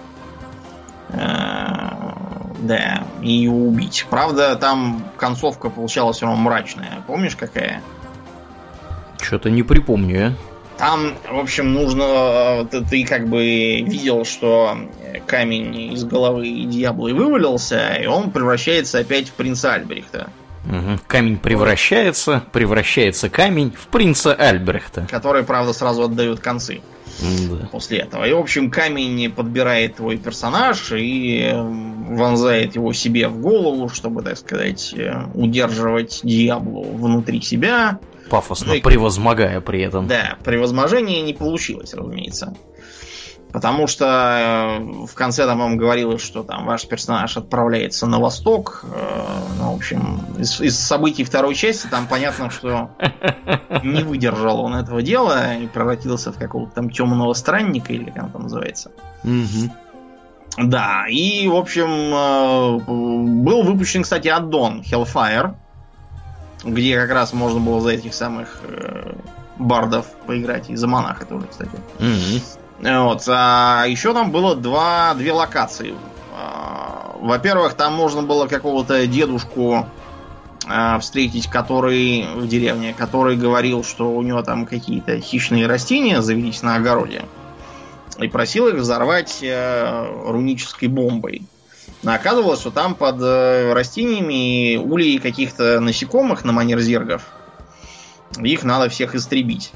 Э, да, и его убить. Правда, там концовка получалась все равно мрачная. Помнишь, какая? Что-то не припомню, я. Там, в общем, нужно... Ты, ты как бы видел, что камень из головы Диаблы вывалился, и он превращается опять в принца Альбрехта. Угу. Камень превращается, превращается камень в принца Альбрехта. Который, правда, сразу отдает концы. Да. После этого. И, в общем, камень подбирает твой персонаж и вонзает его себе в голову, чтобы, так сказать, удерживать Диаблу внутри себя. Пафосно, ну, и... превозмогая при этом. Да, превозможение не получилось, разумеется. Потому что в конце там вам говорилось, что там ваш персонаж отправляется на восток. Ну, в общем, из, из событий второй части там понятно, что не выдержал он этого дела и превратился в какого-то там темного странника, или как он там называется. Угу. Да, и, в общем, был выпущен, кстати, аддон Hellfire, где как раз можно было за этих самых бардов поиграть, и за монаха тоже, кстати. Угу. Вот. А еще там было два, две локации. Во-первых, там можно было какого-то дедушку встретить, который в деревне, который говорил, что у него там какие-то хищные растения завелись на огороде, и просил их взорвать рунической бомбой. Но оказывалось, что там под растениями улей каких-то насекомых на манер зергов. Их надо всех истребить.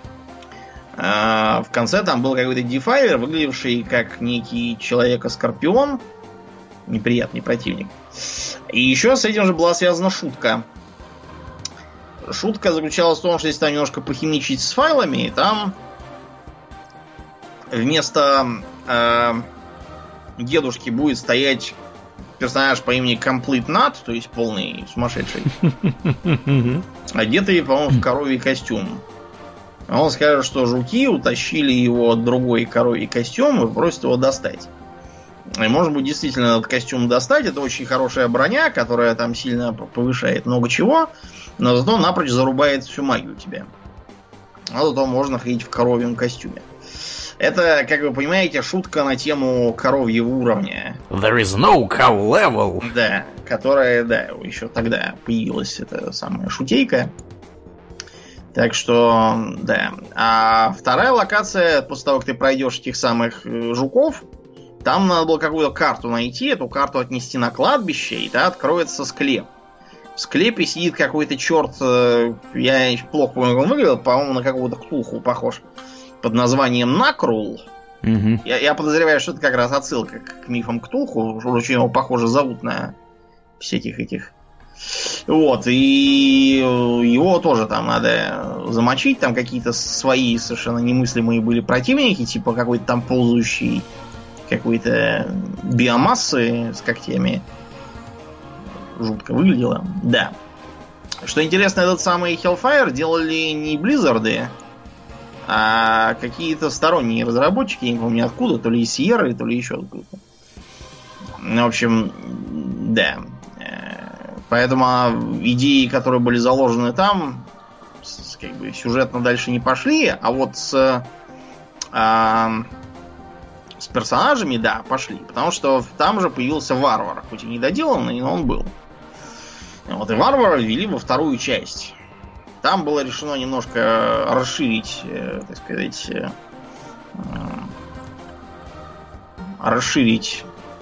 В конце там был какой-то дефайлер, выглядевший как некий человека-скорпион. Неприятный противник. И еще с этим же была связана шутка. Шутка заключалась в том, что если там немножко похимичить с файлами, там вместо э, дедушки будет стоять персонаж по имени Complete Nut, то есть полный сумасшедший, одетый, по-моему, в коровий костюм. Он скажет, что жуки утащили его другой коровий костюм и просит его достать. И, может быть, действительно этот костюм достать. Это очень хорошая броня, которая там сильно повышает много чего, но зато напрочь зарубает всю магию тебя. А зато можно ходить в коровьем костюме. Это, как вы понимаете, шутка на тему коровьего уровня. There is no cow level. Да, которая, да, еще тогда появилась эта самая шутейка. Так что, да. А вторая локация, после того, как ты пройдешь этих самых жуков, там надо было какую-то карту найти, эту карту отнести на кладбище, и тогда откроется склеп. В склепе сидит какой-то черт, я плохо помню, как он выглядел, по-моему, на какого-то ктулху похож, под названием Накрул. Угу. Я, я подозреваю, что это как раз отсылка к, к мифам Ктулху, очень его, похоже, зовут на всяких этих. Вот, и его тоже там надо замочить, там какие-то свои совершенно немыслимые были противники, типа какой-то там ползающий какой-то биомассы с когтями. Жутко выглядело, да. Что интересно, этот самый Hellfire делали не Blizzard, а какие-то сторонние разработчики, я не помню откуда, то ли из Sierra, то ли еще откуда-то. В общем, да. Поэтому идеи, которые были заложены там, как бы сюжетно дальше не пошли, а вот с, а, с персонажами, да, пошли. Потому что там же появился варвар, хоть и недоделанный, но он был. Вот, и варвара ввели во вторую часть. Там было решено немножко расширить, э, так сказать, э, э, расширить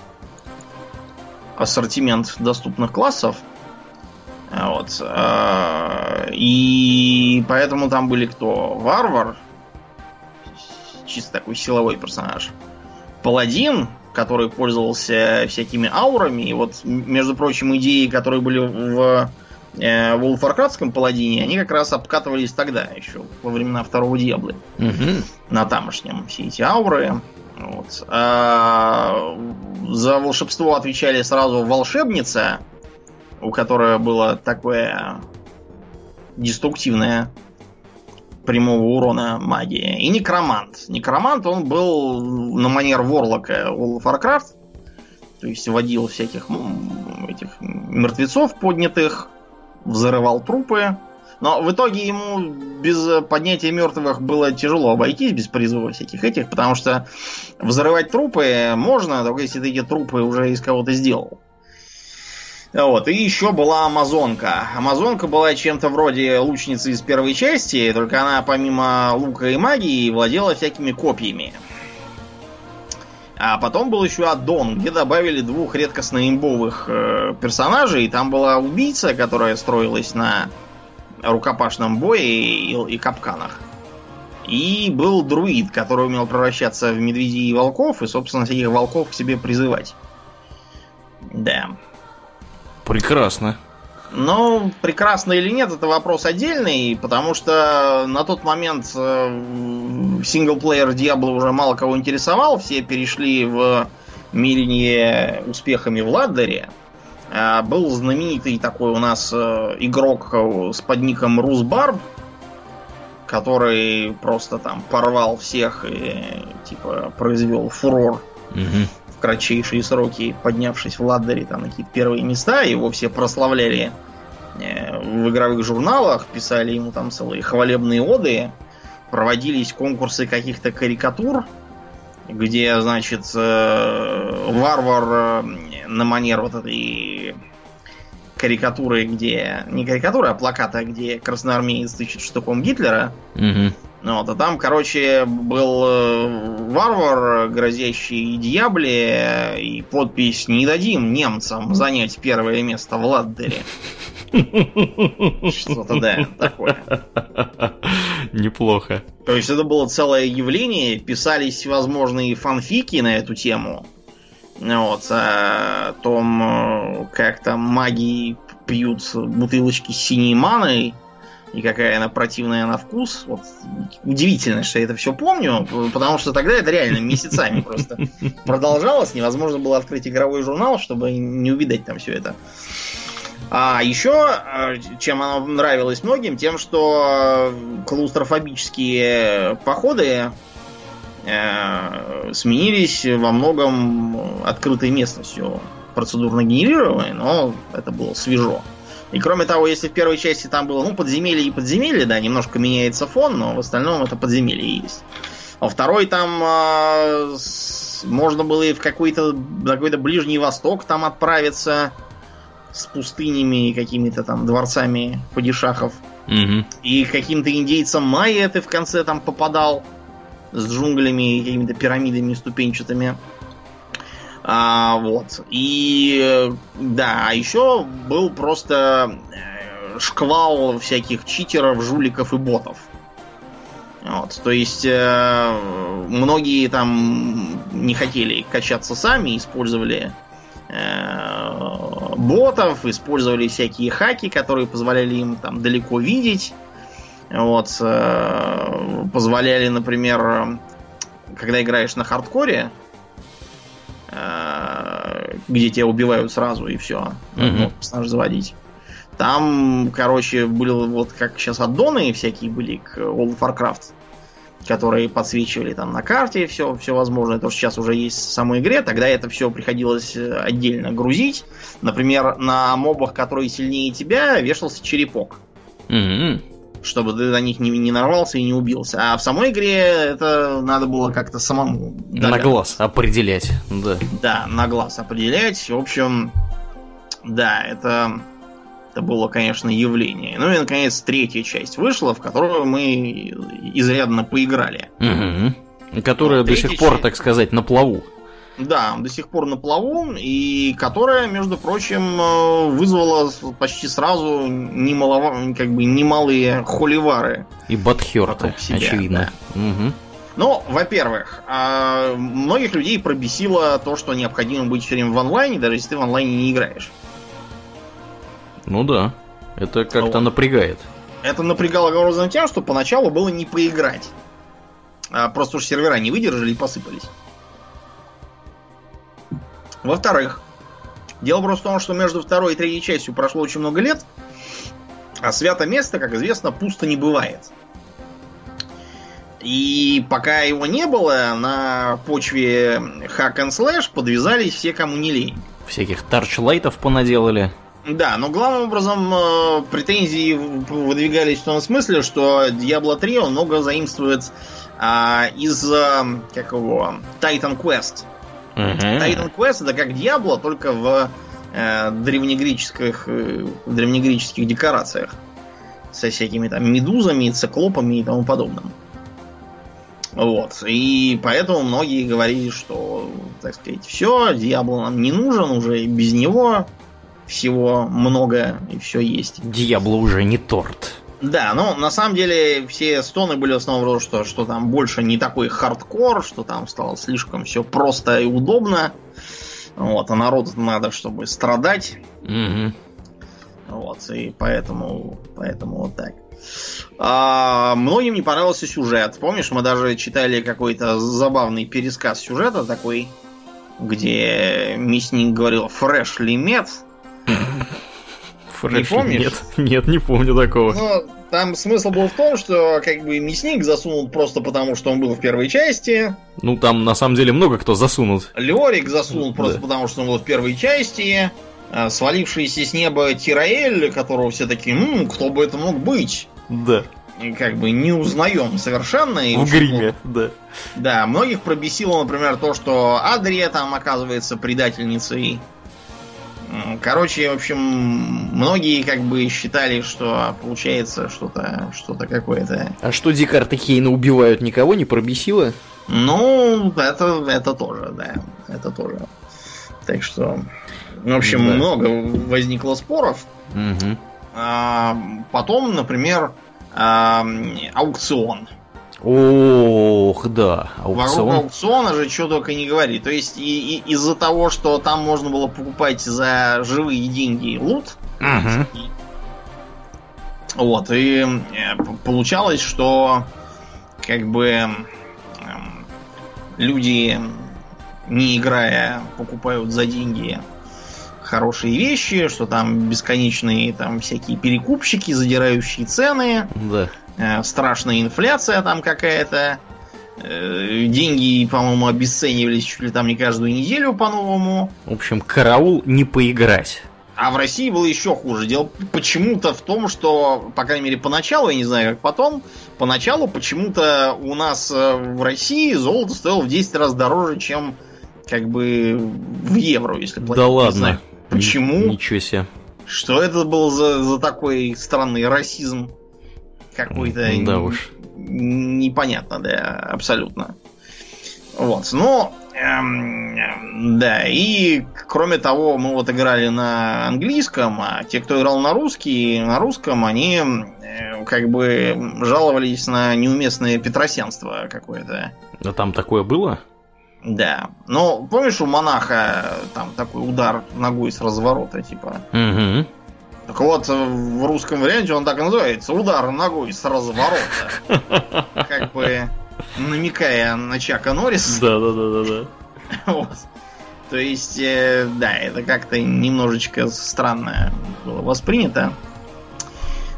ассортимент доступных классов. Вот. Э, и поэтому там были кто? Варвар, чисто такой силовой персонаж. Паладин, который пользовался всякими аурами. И вот, между прочим, идеи, которые были в э, Вулфаркратском паладине, они как раз обкатывались тогда, еще во времена второго Диаблы. Угу. На тамошнем. Все эти ауры. Вот. А за волшебство отвечали сразу волшебница, у которой было такое деструктивное прямого урона магии. И некромант. Некромант, он был на манер Ворлока World of Warcraft. То есть водил всяких ну, этих мертвецов поднятых, взрывал трупы. Но в итоге ему без поднятия мертвых было тяжело обойтись, без призыва всяких этих, потому что взрывать трупы можно, только если ты эти трупы уже из кого-то сделал. Вот. И еще была Амазонка. Амазонка была чем-то вроде лучницы из первой части, только она помимо лука и магии владела всякими копьями. А потом был еще аддон, где добавили двух редкостно имбовых э, персонажей. Там была убийца, которая строилась на рукопашном бое и, и капканах. И был друид, который умел превращаться в медведей и волков, и, собственно, всяких волков к себе призывать. Да. Прекрасно. Ну, прекрасно или нет, это вопрос отдельный, потому что на тот момент синглплеер Diablo уже мало кого интересовал, все перешли в мерение успехами в ладдере. Был знаменитый такой у нас игрок с подником Русбарб, который просто там порвал всех и типа произвел фурор. Угу. Кратчайшие сроки, поднявшись в ладдере там на какие-то первые места, его все прославляли э, в игровых журналах, писали ему там целые хвалебные оды, проводились конкурсы каких-то карикатур, где, значит, э, варвар э, на манер вот этой карикатуры, где... Не карикатура, а плаката, где красноармеец тычет штыком Гитлера. Угу. Вот, а там, короче, был э, варвар, грозящий Диабле, и подпись «Не дадим немцам занять первое место в ладдере». Что-то, да, такое. Неплохо. То есть это было целое явление, писались всевозможные фанфики на эту тему. Вот, о том, как там маги пьют бутылочки с синей маной, и какая она противная на вкус. Вот. Удивительно, что я это все помню, потому что тогда это реально месяцами просто продолжалось. Невозможно было открыть игровой журнал, чтобы не увидать там все это. А еще, чем оно нравилось многим, тем, что клаустрофобические походы э, сменились во многом открытой местностью, процедурно генерированной, но это было свежо. И кроме того, если в первой части там было, ну, подземелье и подземелье, да, немножко меняется фон, но в остальном это подземелье есть. А второй там э, с, можно было и в какой-то, какой-то Ближний Восток там отправиться с пустынями и какими-то там дворцами падишахов. Угу. И каким-то индейцам майя ты в конце там попадал с джунглями и какими-то пирамидами ступенчатыми. А, вот. И да, а еще был просто шквал всяких читеров, жуликов и ботов. Вот. То есть э, многие там не хотели качаться сами, использовали э, ботов, использовали всякие хаки, которые позволяли им там далеко видеть. Вот. Э, позволяли, например, когда играешь на хардкоре, где тебя убивают сразу и все. Mm-hmm. Персонаж заводить. Там, короче, были вот как сейчас аддоны всякие были к World of Warcraft, которые подсвечивали там на карте все, все возможное. То, что сейчас уже есть в самой игре, тогда это все приходилось отдельно грузить. Например, на мобах, которые сильнее тебя, вешался черепок. Mm-hmm. Чтобы ты на них не, не нарвался и не убился. А в самой игре это надо было как-то самому на глаз определять. Да. Да, на глаз определять. В общем, да, это... Это было, конечно, явление. Ну и, наконец, третья часть вышла, в которую мы изрядно поиграли. Угу. Которая вот, до сих пор, часть... так сказать, на плаву. Да, до сих пор на плаву. И которая, между прочим, вызвала почти сразу немало, как бы, немалые холивары. И бадхёрты, очевидно. Да. Угу. Ну, во-первых, многих людей пробесило то, что необходимо быть все время в онлайне, даже если ты в онлайне не играешь. Ну да, это как-то вот. напрягает. Это напрягало главным тем, что поначалу было не поиграть. А просто уж сервера не выдержали и посыпались. Во-вторых, дело просто в том, что между второй и третьей частью прошло очень много лет, а свято место, как известно, пусто не бывает. И пока его не было, на почве hack and slash подвязались все, кому не лень. Всяких торчлайтов понаделали. Да, но главным образом э, претензии выдвигались в том смысле, что Diablo три он много заимствует э, из э, как его, Titan Quest. Uh-huh. Titan Quest это как Diablo, только в э, древнегреческих, э, в древнегреческих декорациях. Со всякими там медузами, циклопами и тому подобным. Вот. И поэтому многие говорили, что, так сказать, все, Diablo нам не нужен, уже без него всего много и все есть. Диабло уже не торт. Да, но на самом деле все стоны были в основном, что, что там больше не такой хардкор, что там стало слишком все просто и удобно. Вот, а народу надо, чтобы страдать. Угу. Вот, и поэтому, поэтому вот так. А, многим не понравился сюжет. Помнишь, мы даже читали какой-то забавный пересказ сюжета такой, где мясник говорил «freshly met». Не помнишь? Нет, нет, не помню такого. Ну, там смысл был в том, что как бы мясник засунут просто потому, что он был в первой части. Ну, там на самом деле много кто засунут. Лёрик засунут просто да. потому, что он был в первой части. Свалившийся с неба Тираэль, которого все такие, ну, кто бы это мог быть? Да. И как бы не узнаем совершенно. И в гриме, да. Да, многих пробесило, например, то, что Адрия там оказывается предательницей. Короче, в общем, многие как бы считали, что получается что-то, что-то какое-то. А что Декарт и Кейна убивают, никого не пробесило? Ну, это, это тоже, да, это тоже. Так что, в общем, да. много возникло споров. Угу. А, потом, например, а, аукцион. Ох, да, аукцион. Вокруг аукциона же что только не говори. То есть и, и, из-за того, что там можно было покупать за живые деньги лут, uh-huh. и, вот, и получалось, что как бы э, люди, не играя, покупают за деньги хорошие вещи, что там бесконечные там всякие перекупщики, задирающие цены. Да. Страшная инфляция там какая-то. Деньги, по-моему, обесценивались чуть ли там не каждую неделю по-новому. В общем, караул не поиграть. А в России было еще хуже. Дело почему-то в том, что, по крайней мере, поначалу, я не знаю, как потом, поначалу почему-то у нас в России золото стоило в десять раз дороже, чем как бы в евро, если платить. Да ладно. Почему? Ничего себе. Что это был за, за такой странный расизм? Какой-то да уж. Непонятно, да, абсолютно. Вот, ну, эм, да, и кроме того, мы вот играли на английском, а те, кто играл на русский, на русском, они э, как бы жаловались на неуместное петросянство какое-то. А там такое было? Да. Ну, помнишь, у монаха там такой удар ногой с разворота, типа? Угу. Так вот, в русском варианте он так и называется. Удар ногой с разворота. Как бы намекая на Чака Норриса. Да, да, да, да, да. Вот. То есть, э, да, это как-то немножечко странно было воспринято.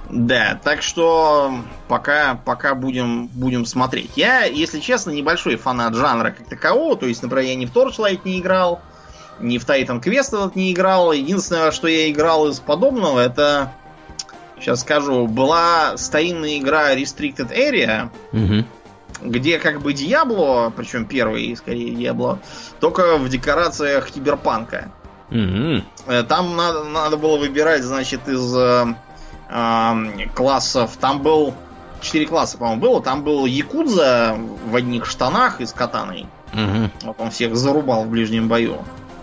Да, так что пока, пока будем, будем смотреть. Я, если честно, небольшой фанат жанра как такового. То есть, например, я ни в Torchlight не играл, ни в Titan Quest этот не играл. Единственное, что я играл из подобного, это, сейчас скажу, была старинная игра Restricted Area, угу. где как бы Диабло, причем первый, скорее, Диабло, только в декорациях киберпанка. Угу. Там надо, надо было выбирать, значит, из э, э, классов. Там был четыре класса, по-моему, было. Там был якудза в одних штанах и с катаной. Угу. Вот он всех зарубал в ближнем бою.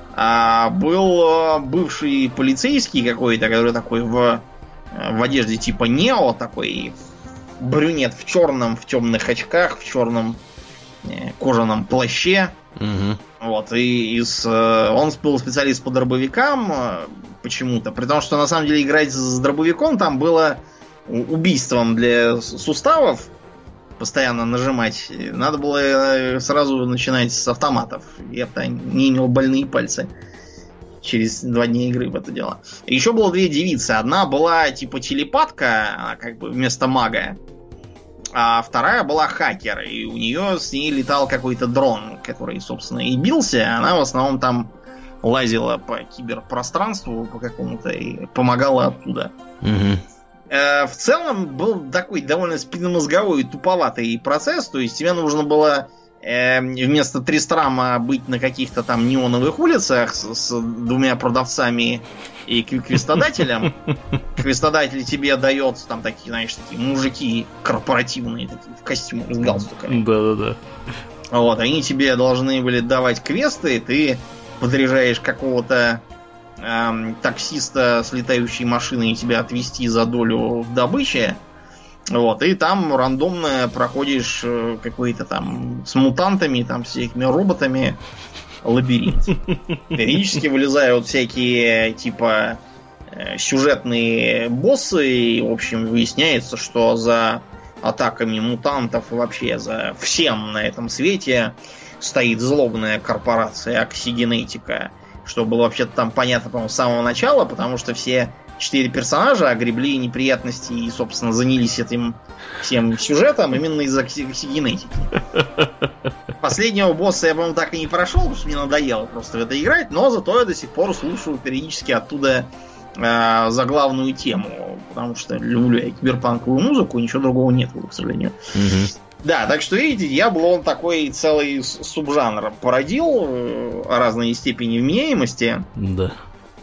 А был бывший полицейский какой-то, который такой в, в одежде типа Нео, такой брюнет в черном, в темных очках, в черном э, кожаном плаще. Угу. Вот, и из, он был специалист по дробовикам почему-то. При том, что на самом деле играть с дробовиком там было убийством для суставов. Постоянно нажимать. Надо было сразу начинать с автоматов. Я-то не имел больные пальцы через два дня игры в это дело. Еще было две девицы. Одна была типа телепатка, как бы вместо мага. А вторая была хакер, и у нее с ней летал какой-то дрон, который, собственно, и бился. Она в основном там лазила по киберпространству по какому-то и помогала оттуда. Угу. Э, в целом был такой довольно спинномозговой и туповатый процесс. То есть тебе нужно было э, вместо Тристрама быть на каких-то там неоновых улицах с, с двумя продавцами и квестодателем. Квестодатель тебе дает там такие, знаешь, такие мужики корпоративные, такие в костюмах с галстуками. Да-да-да. Вот, они тебе должны были давать квесты, ты подряжаешь какого-то эм, таксиста с летающей машиной и тебя отвезти за долю в добыче. Вот, и там рандомно проходишь какой-то там с мутантами, там с всякими роботами лабиринт. Периодически вылезают всякие типа сюжетные боссы, и, в общем, выясняется, что за атаками мутантов и вообще за всем на этом свете стоит злобная корпорация Оксигенетика, что было вообще-то там понятно, по-моему, с самого начала, потому что все четыре персонажа огребли неприятности и, собственно, занялись этим всем сюжетом именно из-за оксигенетики. Последнего босса я, по-моему, так и не прошел, потому что мне надоело просто в это играть, но зато я до сих пор слушаю периодически оттуда э, заглавную тему, потому что люблю я киберпанковую музыку, ничего другого нет, к сожалению. Угу. Да, так что, видите, Диабло, он такой целый субжанр породил э, разной степени вменяемости. Да.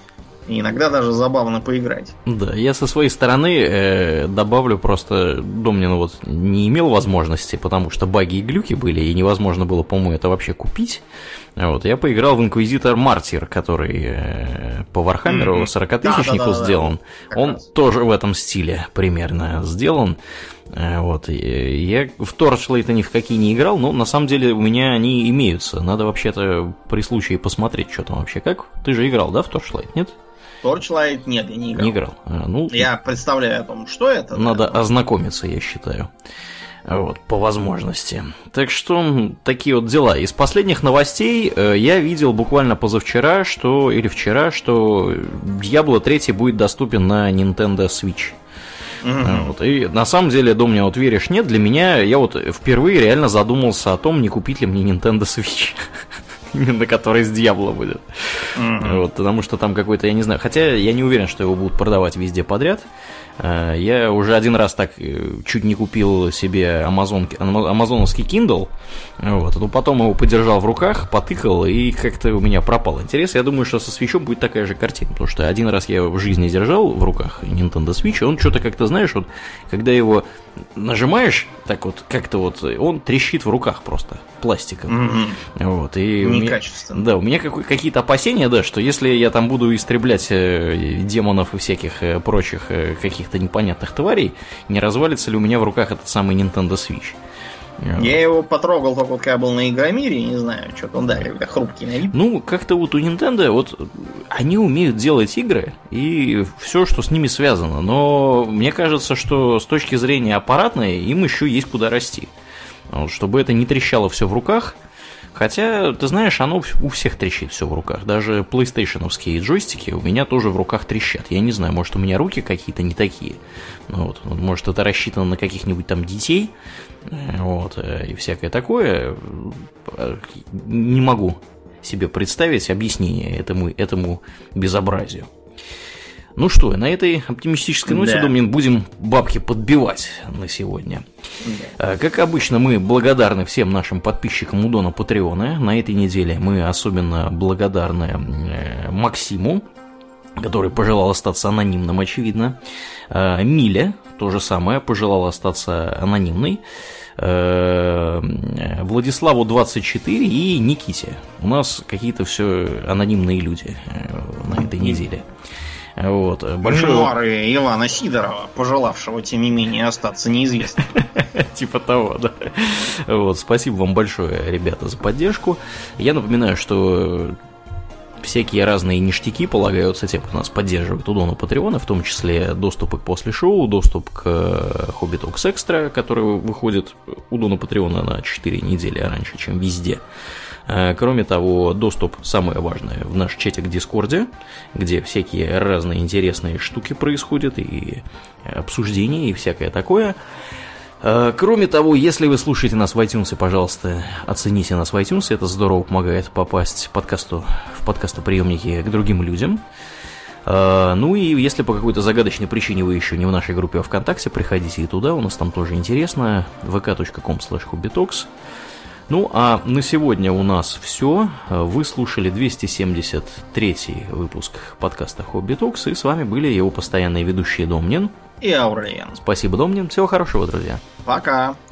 И иногда даже забавно поиграть. Да, я со своей стороны э, добавлю просто, Домнин вот не имел возможности, потому что баги и глюки были, и невозможно было, по-моему, это вообще купить. Вот, я поиграл в Инквизитор Мартир, который э, по Вархаммеру сорокатысячнику да, да, да, сделан. Да, он раз. Тоже в этом стиле примерно сделан. Вот, я в Torchlight ни в какие не играл, но на самом деле у меня они имеются. Надо вообще-то при случае посмотреть, что там вообще как. Ты же играл, да, в Torchlight, нет? Torchlight нет, я не играл. Не играл. А, ну, я представляю о том, что это. Надо да, ознакомиться, я считаю. Вот, по возможности. Так что, такие вот дела. Из последних новостей э, я видел буквально позавчера, что, или вчера, что Diablo три будет доступен на Nintendo Switch. Mm-hmm. Вот. И на самом деле, Домнин, вот веришь, нет, для меня, я вот впервые реально задумался о том, не купить ли мне Nintendo Switch. На который с Diablo будет. Mm-hmm. Вот, потому что там какой-то, я не знаю, хотя я не уверен, что его будут продавать везде подряд. Я уже один раз так чуть не купил себе амазон, амазоновский Kindle, вот, но потом его подержал в руках, потыкал, и как-то у меня пропал интерес. Я думаю, что со Switch'ом будет такая же картина, потому что один раз я в жизни держал в руках Nintendo Switch, и он что-то как-то, знаешь, вот, когда его нажимаешь, так вот, как-то вот, он трещит в руках просто пластиком. Mm-hmm. Вот, и некачественно. У меня, да, у меня как, какие-то опасения, да, что если я там буду истреблять э, демонов и всяких э, прочих э, каких-то непонятных тварей, не развалится ли у меня в руках этот самый Nintendo Switch. Я его потрогал только вот, когда был на Игромире, не знаю, что-то он, да, когда хрупкий на вид. Ну, как-то вот у Nintendo, вот, они умеют делать игры и все, что с ними связано, но мне кажется, что с точки зрения аппаратной им еще есть куда расти. Вот, чтобы это не трещало все в руках, Хотя, ты знаешь, оно у всех трещит все в руках. Даже PlayStation-овские джойстики у меня тоже в руках трещат. Я не знаю, может, у меня руки какие-то не такие. Ну, вот, может, это рассчитано на каких-нибудь там детей. Вот, и всякое такое. Не могу себе представить объяснение этому, этому безобразию. Ну что, на этой оптимистической ноте, да. Домнин, будем бабки подбивать на сегодня. Да. Как обычно, мы благодарны всем нашим подписчикам у Дона Патреона. На этой неделе мы особенно благодарны Максиму, который пожелал остаться анонимным, очевидно. Миле, то же самое, пожелал остаться анонимной. Владиславу двадцать четыре и Никите. У нас какие-то все анонимные люди на этой неделе. Вот, большое... Мемуары Ивана Сидорова, пожелавшего, тем не менее, остаться неизвестным. Типа того, да. Вот, спасибо вам большое, ребята, за поддержку. Я напоминаю, что всякие разные ништяки полагаются тем, кто нас поддерживает у Дона Патреона, в том числе доступ к после шоу, доступ к Hobby Talks Extra, который выходит у Дона Патреона на четыре недели раньше, чем везде. Кроме того, доступ, самое важное, в наш чатик в Дискорде, где всякие разные интересные штуки происходят, и обсуждения, и всякое такое. Кроме того, если вы слушаете нас в iTunes, пожалуйста, оцените нас в iTunes, это здорово помогает попасть в, подкасту, в подкастоприемники к другим людям. Ну и если по какой-то загадочной причине вы еще не в нашей группе ВКонтакте, приходите и туда, у нас там тоже интересно, вэ ка точка ком слэш хобби токс. Ну, а на сегодня у нас все. Вы слушали двести семьдесят третий выпуск подкаста Hobby Talks, и с вами были его постоянные ведущие Домнин и Аурлиен. Спасибо, Домнин. Всего хорошего, друзья. Пока.